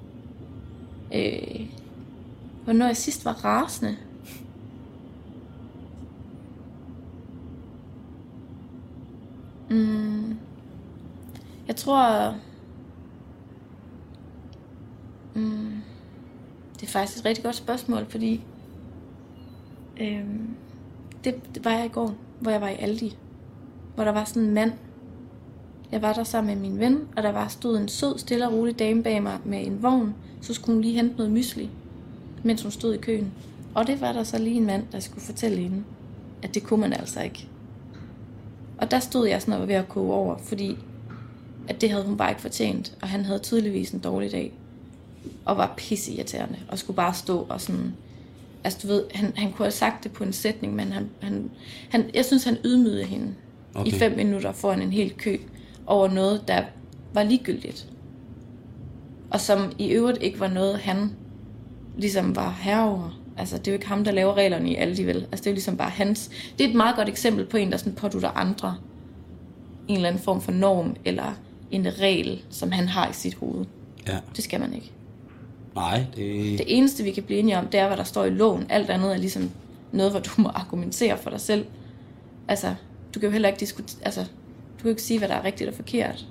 Hvornår jeg sidst var rasende? Jeg tror... Det er faktisk et rigtig godt spørgsmål, fordi det var jeg i går, hvor jeg var i Aldi, hvor der var sådan en mand. Jeg var der sammen med min ven, og der stod en sød, stille og rolig dame bag mig med en vogn. Så skulle hun lige hente noget mysli, mens hun stod i køen. Og det var der så lige en mand, der skulle fortælle hende, at det kunne man altså ikke. Og der stod jeg sådan og var ved at koge over, fordi at det havde hun bare ikke fortjent, og han havde tydeligvis en dårlig dag. Og var pisseirriterende, og skulle bare stå og sådan... Altså du ved, han kunne have sagt det på en sætning, men jeg synes, han ydmygede hende i 5 minutter foran en hel kø over noget, der var ligegyldigt. Og som i øvrigt ikke var noget, han ligesom var herover. Altså det er jo ikke ham, der laver reglerne i Aldi, vel? Altså det er jo ligesom bare hans... Det er et meget godt eksempel på en, der sådan pådutter andre en eller anden form for norm, eller en regel, som han har i sit hoved. Ja. Det skal man ikke. Nej, det eneste, vi kan blive enige om, det er, hvad der står i loven. Alt andet er ligesom noget, hvor du må argumentere for dig selv. Altså, du kan jo heller ikke diskutere... Altså, du kan jo ikke sige, hvad der er rigtigt og forkert.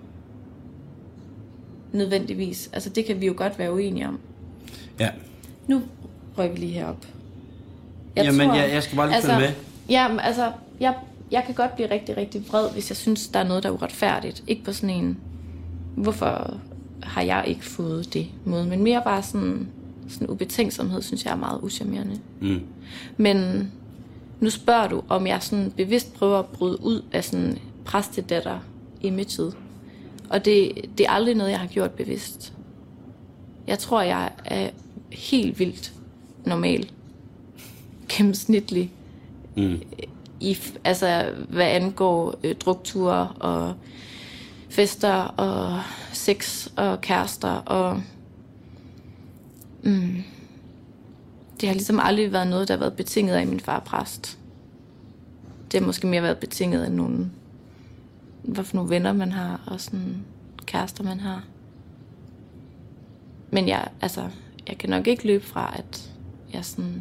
Nødvendigvis. Altså, det kan vi jo godt være uenige om. Ja. Nu rører vi lige herop. Jeg skal bare lige følge med. Ja, altså, jeg kan godt blive rigtig, rigtig vred, hvis jeg synes, der er noget, der er uretfærdigt. Ikke på sådan en... Hvorfor har jeg ikke fået det måde? Men mere bare sådan ubetænksomhed, synes jeg er meget uschammerende. Men nu spørger du, om jeg sådan bevidst prøver at bryde ud af sådan præstedatter-imaget. Og det er aldrig noget, jeg har gjort bevidst. Jeg tror, jeg er helt vildt normal. Gennemsnitlig. Altså, hvad angår drukture og fester og sex og kærester og det har ligesom aldrig været noget, der har været betinget af min far præst. Det har måske mere været betinget af nogle, hvad for nogle venner man har og sådan kærester man har. Men jeg kan nok ikke løbe fra, at jeg sådan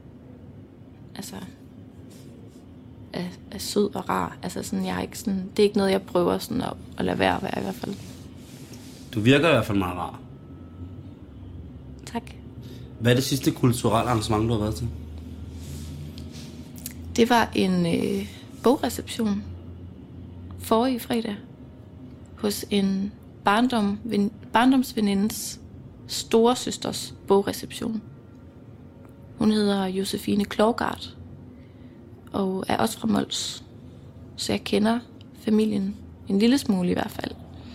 er sød og rar. Altså sådan, jeg er ikke sådan, det er ikke noget, jeg prøver sådan at lade være at være i hvert fald. Du virker i hvert fald meget rar. Tak. Hvad er det sidste kulturelle arrangement, du har været til? Det var en bogreception forrige fredag hos en barndomsvenindens storesøsters bogreception. Hun hedder Josefine Klogart og er også fra Mols. Så jeg kender familien en lille smule i hvert fald.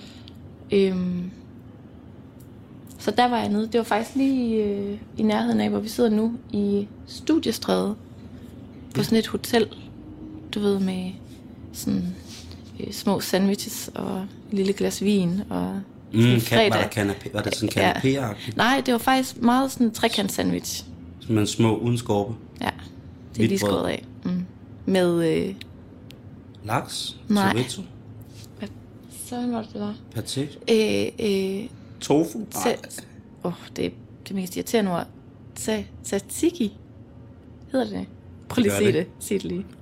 Så der var jeg nede. Det var faktisk lige i nærheden af, hvor vi sidder nu, i Studiestræde. På sådan et hotel, du ved, med sådan små sandwiches og et lille glas vin og var det sådan kanapé-agtigt? Nej, det var faktisk meget sådan en trekant sandwich. Men små uden skorpe? Ja, det er lige skåret af. Med laks? Nej. Chorizo? Hvad så var det var? Paté? Tofu? Det er det mest irriterende ord. Tzatziki? Hedder det? Prøv lige at sige det. Sig det lige.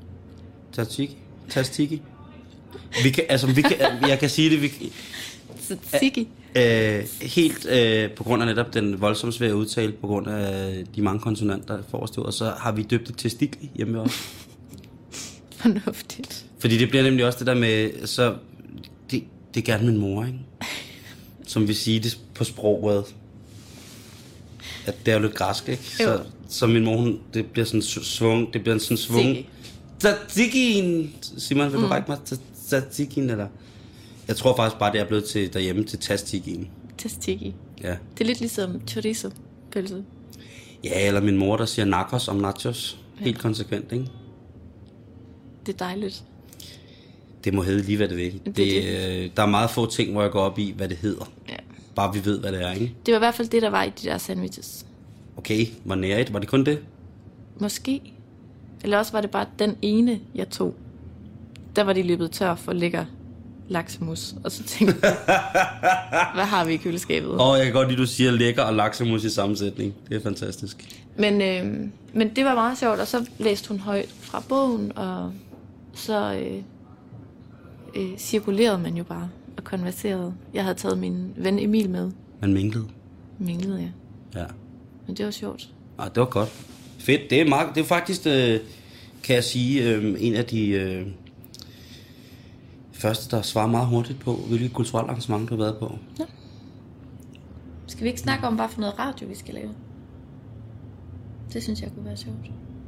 Tzatziki? Jeg kan sige det. Tzatziki? Helt på grund af netop den voldsomt svære udtale, på grund af de mange konsonanter forrest i ordet, så har vi døbt det testikli hjemme ved os. Fornuftigt. Fordi det bliver nemlig også det der med, så det er gerne min mor, ikke? Som vil sige det på sproget. At det er jo lidt græsk, ikke? Så min mor, det bliver sådan svung, det bliver sådan svung. Tzatzikien! Simon, vil du række mig? Tzatzikien, eller? Jeg tror faktisk bare, det er blevet til derhjemme til tzatzikien. Tzatziki. Ja. Det er lidt ligesom chorizo-pølse. Ja, eller min mor, der siger nachos om nachos. Helt konsekvent, ikke? Det er dejligt. Det må hedde lige, hvad det vil. Der er meget få ting, hvor jeg går op i, hvad det hedder. Ja. Bare vi ved, hvad det er, ikke? Det var i hvert fald det, der var i de der sandwiches. Okay, hvor nærigt. Var det kun det? Måske. Eller også var det bare den ene, jeg tog. Der var de løbet tør for lækker laksemus. Og så tænkte jeg, hvad har vi i køleskabet? Jeg kan godt lide, du siger lækker og laksemus i sammensætning. Det er fantastisk. Men det var meget sjovt, og så læste hun højt fra bogen, og så cirkulerede man jo bare og konverserede. Jeg havde taget min ven Emil med. Man minglede? Minglede, ja. Ja. Men det var sjovt. Det var godt. Fedt. Det er faktisk, kan jeg sige, en af de første, der svarer meget hurtigt på, hvilket kulturelt arrangement du har været på. Ja. Skal vi ikke snakke om, hvad for noget radio vi skal lave? Det synes jeg kunne være sjovt.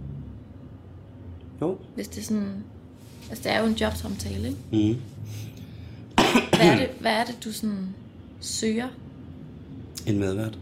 Jo. Hvis det er sådan... Altså, det er jo en jobsamtale, ikke? Mm. Hvad er det, du sådan søger? En medvært.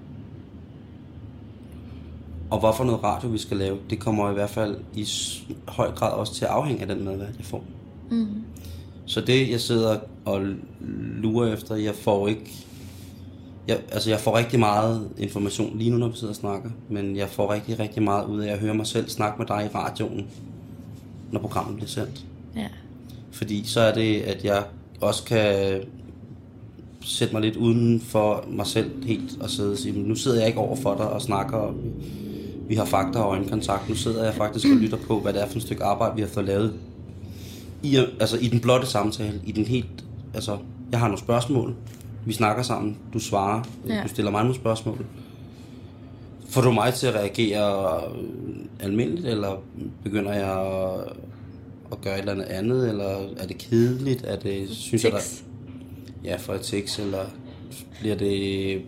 Og hvorfor noget radio vi skal lave, det kommer i hvert fald i høj grad også til at afhænge af den medvært, jeg får. Mm. Så det, jeg sidder og lurer efter, jeg får ikke... Jeg får rigtig meget information lige nu, når vi sidder og snakker, men jeg får rigtig, rigtig meget ud af at høre mig selv snakke med dig i radioen, når programmet bliver sendt. Ja. Fordi så er det, at jeg også kan sætte mig lidt uden for mig selv helt og sidde og sige, nu sidder jeg ikke over for dig og snakker, og vi har fakta og øjenkontakt. Nu sidder jeg faktisk og lytter på, hvad det er for et stykke arbejde, vi har fået lavet i den blotte samtale, i den helt, jeg har nogle spørgsmål, vi snakker sammen, du svarer, du stiller mig nogle spørgsmål. Får du mig til at reagere almindeligt, eller begynder jeg at gøre et eller andet, eller er det kedeligt, er det, synes jeg, der, for et tekst, eller bliver det,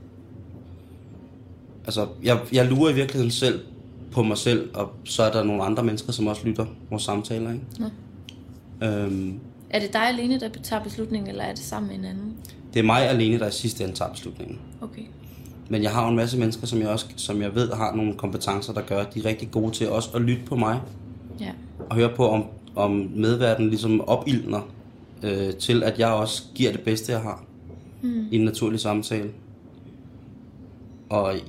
jeg lurer i virkeligheden selv på mig selv, og så er der nogle andre mennesker, som også lytter vores samtaler, ikke? Ja. Er det dig alene, der tager beslutningen, eller er det sammen med en anden? Det er mig alene, der i sidste ende tager beslutningen. Okay. Men jeg har jo en masse mennesker, som jeg ved har nogle kompetencer, der gør, at de er rigtig gode til også at lytte på mig. Ja. Og høre på, om medværten ligesom opildner til, at jeg også giver det bedste, jeg har i en naturlig samtale. Og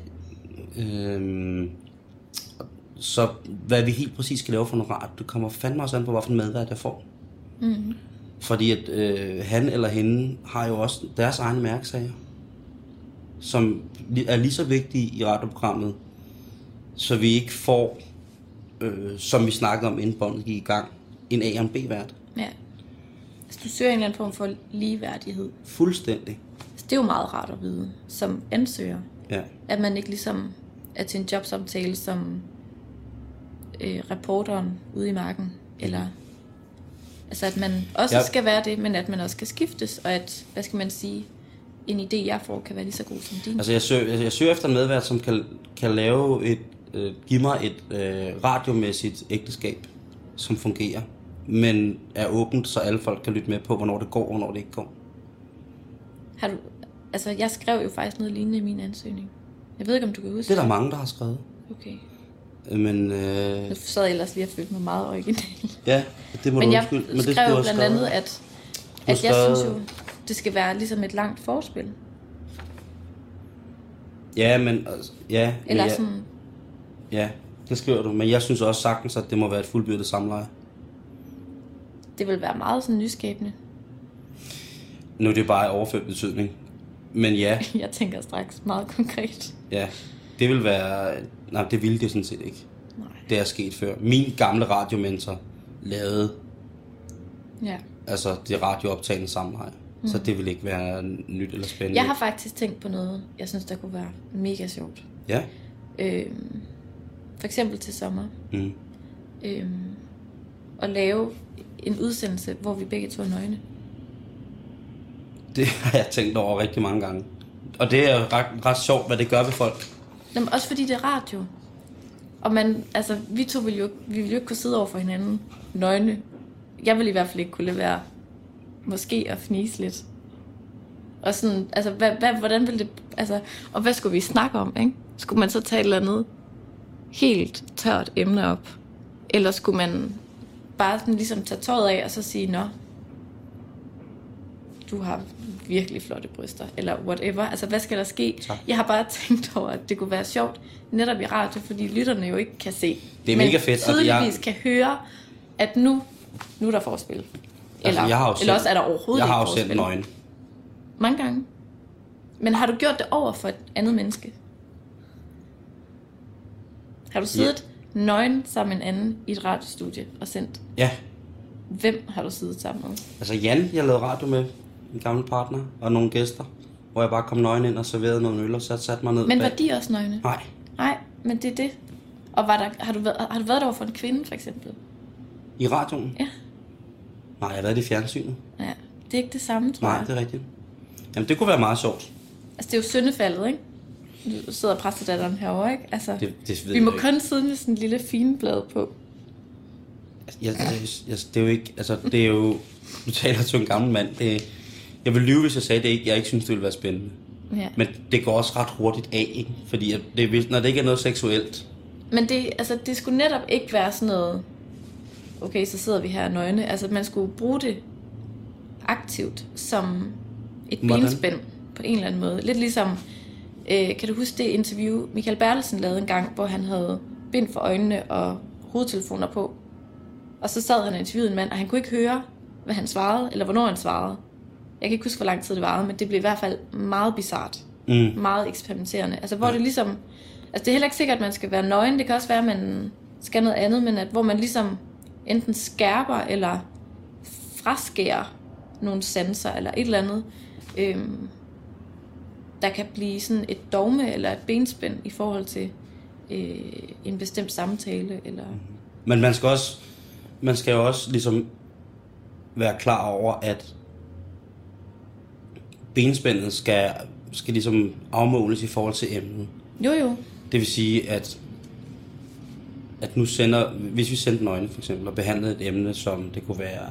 så hvad vi helt præcis skal lave for noget rart, det kommer fandme også an på, hvilken medvært jeg får. Mm. Fordi at han eller hende har jo også deres egne mærkesager, som er lige så vigtige i radioprogrammet, så vi ikke får, som vi snakkede om inden båndet gik i gang, en A- og en B-vært. Ja. Altså, du søger en eller anden form for ligeværdighed. Fuldstændig. Altså, det er jo meget rart at vide, som ansøger. Ja. At man ikke ligesom er til en jobsamtale som reporteren ude i marken, eller... Altså, at man også skal være det, men at man også skal skiftes, og at, hvad skal man sige, en idé, jeg får, kan være lige så god som din. Altså, jeg søger efter en medvært, som kan lave give mig et radiomæssigt ægteskab, som fungerer, men er åbent, så alle folk kan lytte med på, hvornår det går, og hvornår det ikke går. Har du... Altså, jeg skrev jo faktisk noget lignende i min ansøgning. Jeg ved ikke, om du kan huske det. Er der mange, der har skrevet. Okay. Men... Jeg sad ellers lige og følte mig meget original. Ja, det må du undskylde. Men jeg skrev jo blandt andet, at jeg synes jo, det skal være ligesom et langt forspil. Ja, men... Ja, eller ja, sådan... Ja, det skriver du. Men jeg synes også sagtens, at det må være et fuldbyrdet samleje. Det vil være meget sådan nyskabende. Nu er det bare overført betydning. Men ja. Jeg tænker straks meget konkret. Ja, det vil være... Nej, det ville det sådan set ikke. Nej. Det er sket før. Min gamle radiomentor lavede det radiooptagende samleje. Så det vil ikke være nyt eller spændende. Jeg har faktisk tænkt på noget, jeg synes, der kunne være mega sjovt. Ja. For eksempel til sommer. At lave en udsendelse, hvor vi begge to er nøgne. Det har jeg tænkt over rigtig mange gange. Og det er ret sjovt, hvad det gør ved folk. Jamen, også fordi det er radio. Og vi to ville jo ikke kunne sidde over for hinanden nøgne. Jeg ville i hvert fald ikke kunne lade være måske at fnise lidt. Og sådan, altså, hvordan ville det, altså, og hvad skulle vi snakke om, ikke? Skulle man så tage et eller andet helt tørt emne op? Eller skulle man bare sådan ligesom tage tøjet af og så sige, nå, du har virkelig flotte bryster, eller whatever. Altså, hvad skal der ske? Tak. Jeg har bare tænkt over, at det kunne være sjovt netop i radio, fordi lytterne jo ikke kan se. Det er mega fedt. Men tydeligvis kan høre, at nu er der forspil. Eller, altså, eller også er der overhovedet ikke forspil. Jeg har jo sendt nøgen. Mange gange. Men har du gjort det over for et andet menneske? Har du siddet nøgen sammen med en anden i et radiostudie og sendt? Ja. Hvem har du siddet sammen med? Altså Jan, jeg lavede radio med, en gammel partner, og nogle gæster, hvor jeg bare kom nøgen ind og serverede noget øl, og så satte mig ned. Men var de også nøgne? Nej, men det er det. Og har du været der for en kvinde, for eksempel? I radioen? Ja. Nej, jeg har været i fjernsynet. Ja, det er ikke det samme, tror jeg. Nej, det er rigtigt. Jamen, det kunne være meget sjovt. Altså, det er jo syndefaldet, ikke? Du sidder præstedatteren herovre, ikke? Altså, det vi må kun sidde med sådan en lille fineblad på. Det er jo ikke, altså, det er jo, du taler til en gammel mand, jeg vil lyve, hvis jeg sagde det ikke, jeg ikke synes, det ville være spændende. Ja. Men det går også ret hurtigt af, ikke? Fordi når det ikke er noget seksuelt. Men det skulle netop ikke være sådan noget, okay, så sidder vi her nøgne. Altså, man skulle bruge det aktivt som et benspænd på en eller anden måde. Lidt ligesom, kan du huske det interview, Michael Bertelsen lavede en gang, hvor han havde bind for øjnene og hovedtelefoner på. Og så sad han og interviewede en mand, og han kunne ikke høre, hvad han svarede, eller hvornår han svarede. Jeg kan ikke huske, hvor lang tid det varede, men det blev i hvert fald meget bizart. Meget eksperimenterende. Altså, hvor det ligesom, altså, det er heller ikke sikkert, at man skal være nøgen. Det kan også være, at man skal noget andet, men hvor man ligesom enten skærper eller fraskærer nogle sanser eller et eller andet, der kan blive sådan et dogme eller et benspænd i forhold til en bestemt samtale. Eller... Men man skal jo også ligesom være klar over, at benspændet skal ligesom afmåles i forhold til emnet. Jo. Det vil sige, at nu hvis vi sendte nøgne for eksempel, og behandlede et emne, som det kunne være,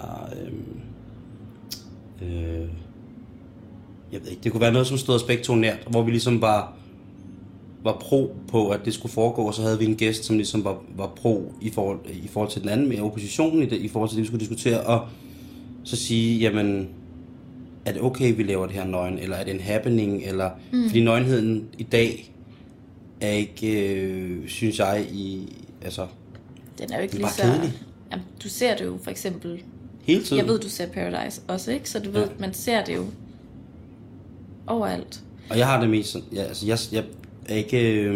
jeg ved ikke, det kunne være noget, som stod os begge to nært, hvor vi ligesom var pro på, at det skulle foregå, og så havde vi en gæst, som ligesom var pro i forhold til den anden, med oppositionen i forhold til det, vi skulle diskutere, og så sige, jamen, er det okay, vi laver det her nøgen, eller er det en happening, eller, fordi nøgenheden i dag er ikke, synes jeg, altså, den er jo ikke lige så, jamen, du ser det jo for eksempel, hele tiden. Jeg ved, du ser Paradise også, ikke? Så du ved, man ser det jo overalt. Og jeg har det mest sådan, jeg er ikke...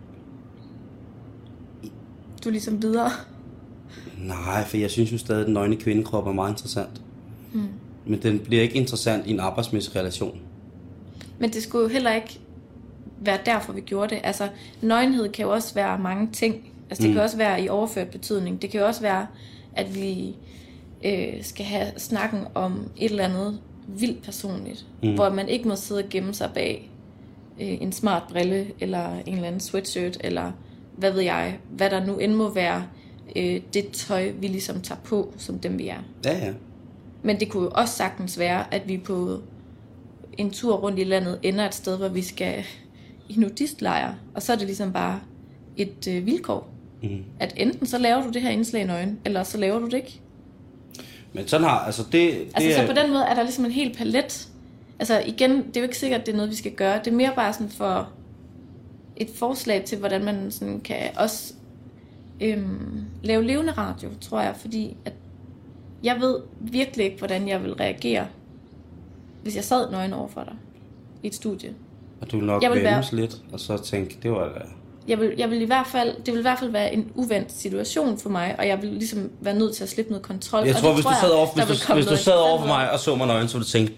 Du er ligesom videre? Nej, for jeg synes jo stadig, at den nøgne kvindekrop er meget interessant. Men den bliver ikke interessant i en arbejdsmæssig relation. Men det skulle jo heller ikke være derfor, vi gjorde det. Altså, nøgenhed kan jo også være mange ting. Altså, det kan også være i overført betydning. Det kan jo også være, at vi skal have snakken om et eller andet vildt personligt. Hvor man ikke må sidde og gemme sig bag en smart brille, eller en eller anden sweatshirt, eller hvad ved jeg, hvad der nu end må være det tøj, vi ligesom tager på, som dem vi er. Ja. Men det kunne jo også sagtens være, at vi på en tur rundt i landet ender et sted, hvor vi skal i nudistlejre, og så er det ligesom bare et vilkår. At enten så laver du det her indslag i nøgen, eller så laver du det ikke. Men sådan har, altså det altså, så på den måde er der ligesom en hel palet. Altså igen, det er jo ikke sikkert, at det er noget, vi skal gøre. Det er mere bare sådan for et forslag til, hvordan man sådan kan også lave levende radio, tror jeg. Fordi at jeg ved virkelig ikke, hvordan jeg vil reagere, hvis jeg sad nøgen over for dig i et studie. Og du vil nok vemmes lidt, og så tænke, det var da... Jeg vil i hvert fald, det vil i hvert fald være en uventet situation for mig, og jeg vil ligesom være nødt til at slippe noget kontrol. Jeg tror, hvis du sad over for mig og så mig nøgen, så ville du tænke,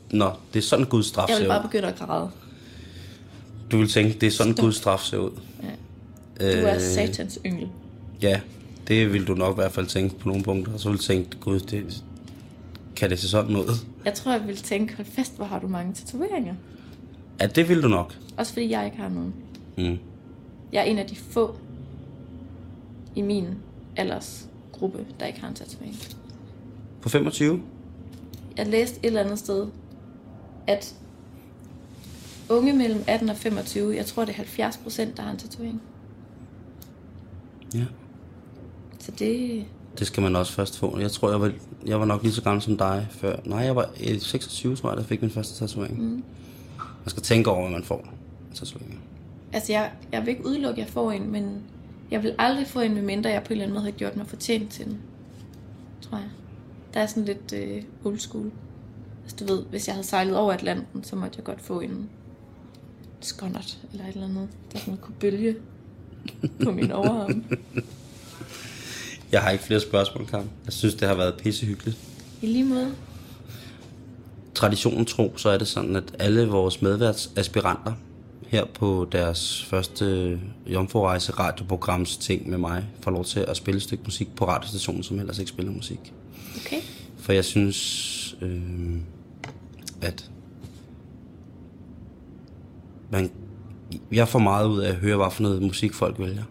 Nå, det er sådan Guds straf ser ud. Jeg vil bare begynde at græde. Du vil tænke, det er sådan Guds straf ser ud. Ja. Du er satans yngel. Ja, det vil du nok i hvert fald tænke på nogle punkter. Og så vil du tænke, Gud, kan det se sådan ud? Jeg tror, jeg vil tænke, hold fast, hvor har du mange tatoveringer. Ja, det vil du nok. Også fordi jeg ikke har nogen. Mm. Jeg er en af de få i min aldersgruppe, der ikke har en tatovering. På 25? Jeg læste et eller andet sted, at unge mellem 18 og 25, jeg tror det er 70%, der har en tatovering. Ja. Så det... Det skal man også først få. Jeg tror, jeg var nok lige så gammel som dig før. Nej, jeg var 26, tror jeg, da fik min første tatovering. Man skal tænke over, hvad man får en tatovering. Altså, jeg vil ikke udelukke, at jeg får en, men jeg vil aldrig få en, medmindre jeg på en eller anden måde har gjort mig fortjent til den. Tror jeg. Der er sådan lidt old school. Altså, du ved, hvis jeg havde sejlet over Atlanten, så måtte jeg godt få en skonnert eller et eller andet, der sådan kunne bølge på min overarm. Jeg har ikke flere spørgsmål, Karen. Jeg synes, det har været pissehyggeligt. I lige måde. Traditionen tro, så er det sådan, at alle vores medværtsaspiranter her på deres første jomfrurejse radioprograms ting med mig får lov til at spille et stykke musik på radiostationen, som ellers ikke spiller musik. Okay. For jeg synes, at jeg får meget ud af at høre, hvad for noget musik folk vælger.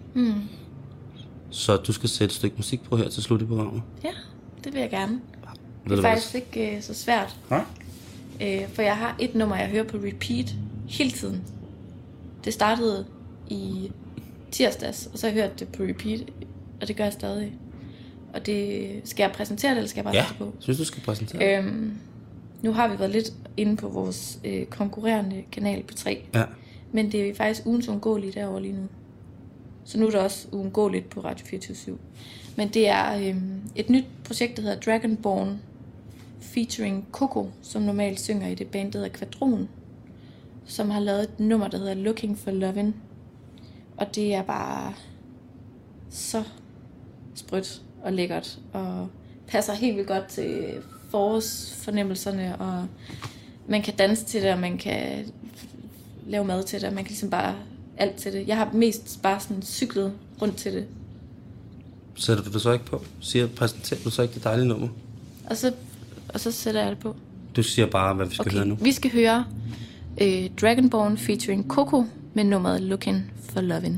Så du skal sætte et stykke musik på her til slut i programmet. Ja, det vil jeg gerne. Det er faktisk ikke så svært. For jeg har et nummer, jeg hører på repeat hele tiden. Det startede i tirsdags, og så har jeg hørt det på repeat, og det gør jeg stadig. Og det skal jeg præsentere det, eller skal jeg bare sætte på? Ja, synes du skal præsentere det. Nu har vi været lidt inde på vores konkurrerende kanal på 3. Ja. Men det er faktisk ugens uundgåelige derovre lige nu. Så nu er der også uundgåeligt på Radio 24/7. Men det er et nyt projekt, der hedder Dragonborn, featuring Coco, som normalt synger i det band, der hedder Quadron, som har lavet et nummer, der hedder Looking for Lovin'. Og det er bare så sprødt og lækkert, og passer helt vildt godt til forårsfornemmelserne, og man kan danse til det, og man kan lave mad til det, og man kan ligesom bare alt til det. Jeg har mest bare sådan cyklet rundt til det. Sætter du det så ikke på? Præsenterer du så ikke det dejlige nummer? Og så sætter jeg det på. Du siger bare, hvad vi skal høre nu. Vi skal høre Dragonborn featuring Coco med nummeret Looking for Lovin'.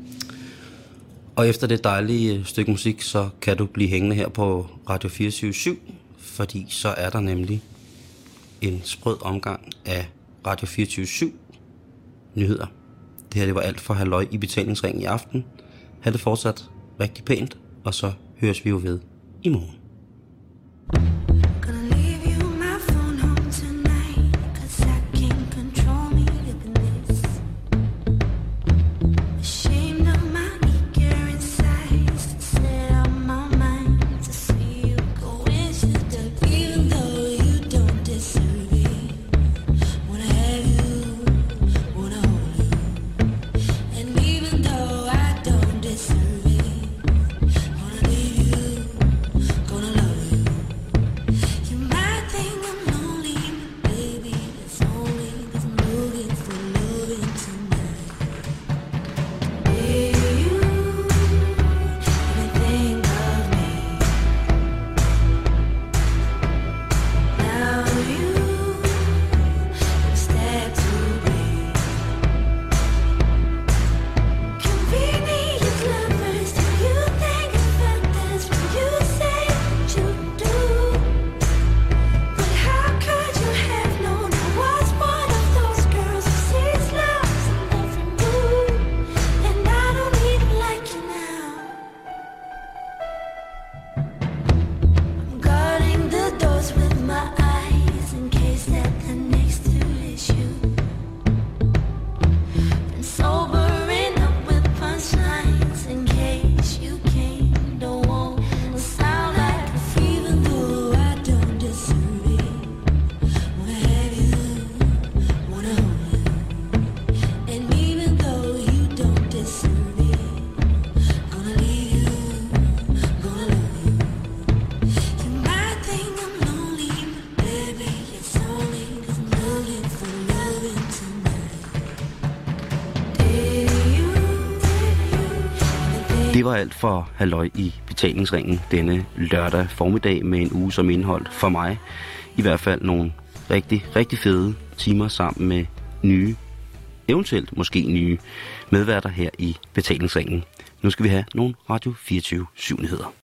Og efter det dejlige stykke musik, så kan du blive hængende her på Radio 24/7, fordi så er der nemlig en sprød omgang af Radio 24/7 nyheder. Det her, det var alt for halløj i betalingsringen i aften. Ha' det fortsat rigtig pænt, og så høres vi jo ved i morgen. Go Det var alt for halløj i betalingsringen denne lørdag formiddag med en uge som indholdt for mig. I hvert fald nogle rigtig, rigtig fede timer sammen med nye, eventuelt måske nye medværter her i betalingsringen. Nu skal vi have nogle Radio 24 7-nyheder.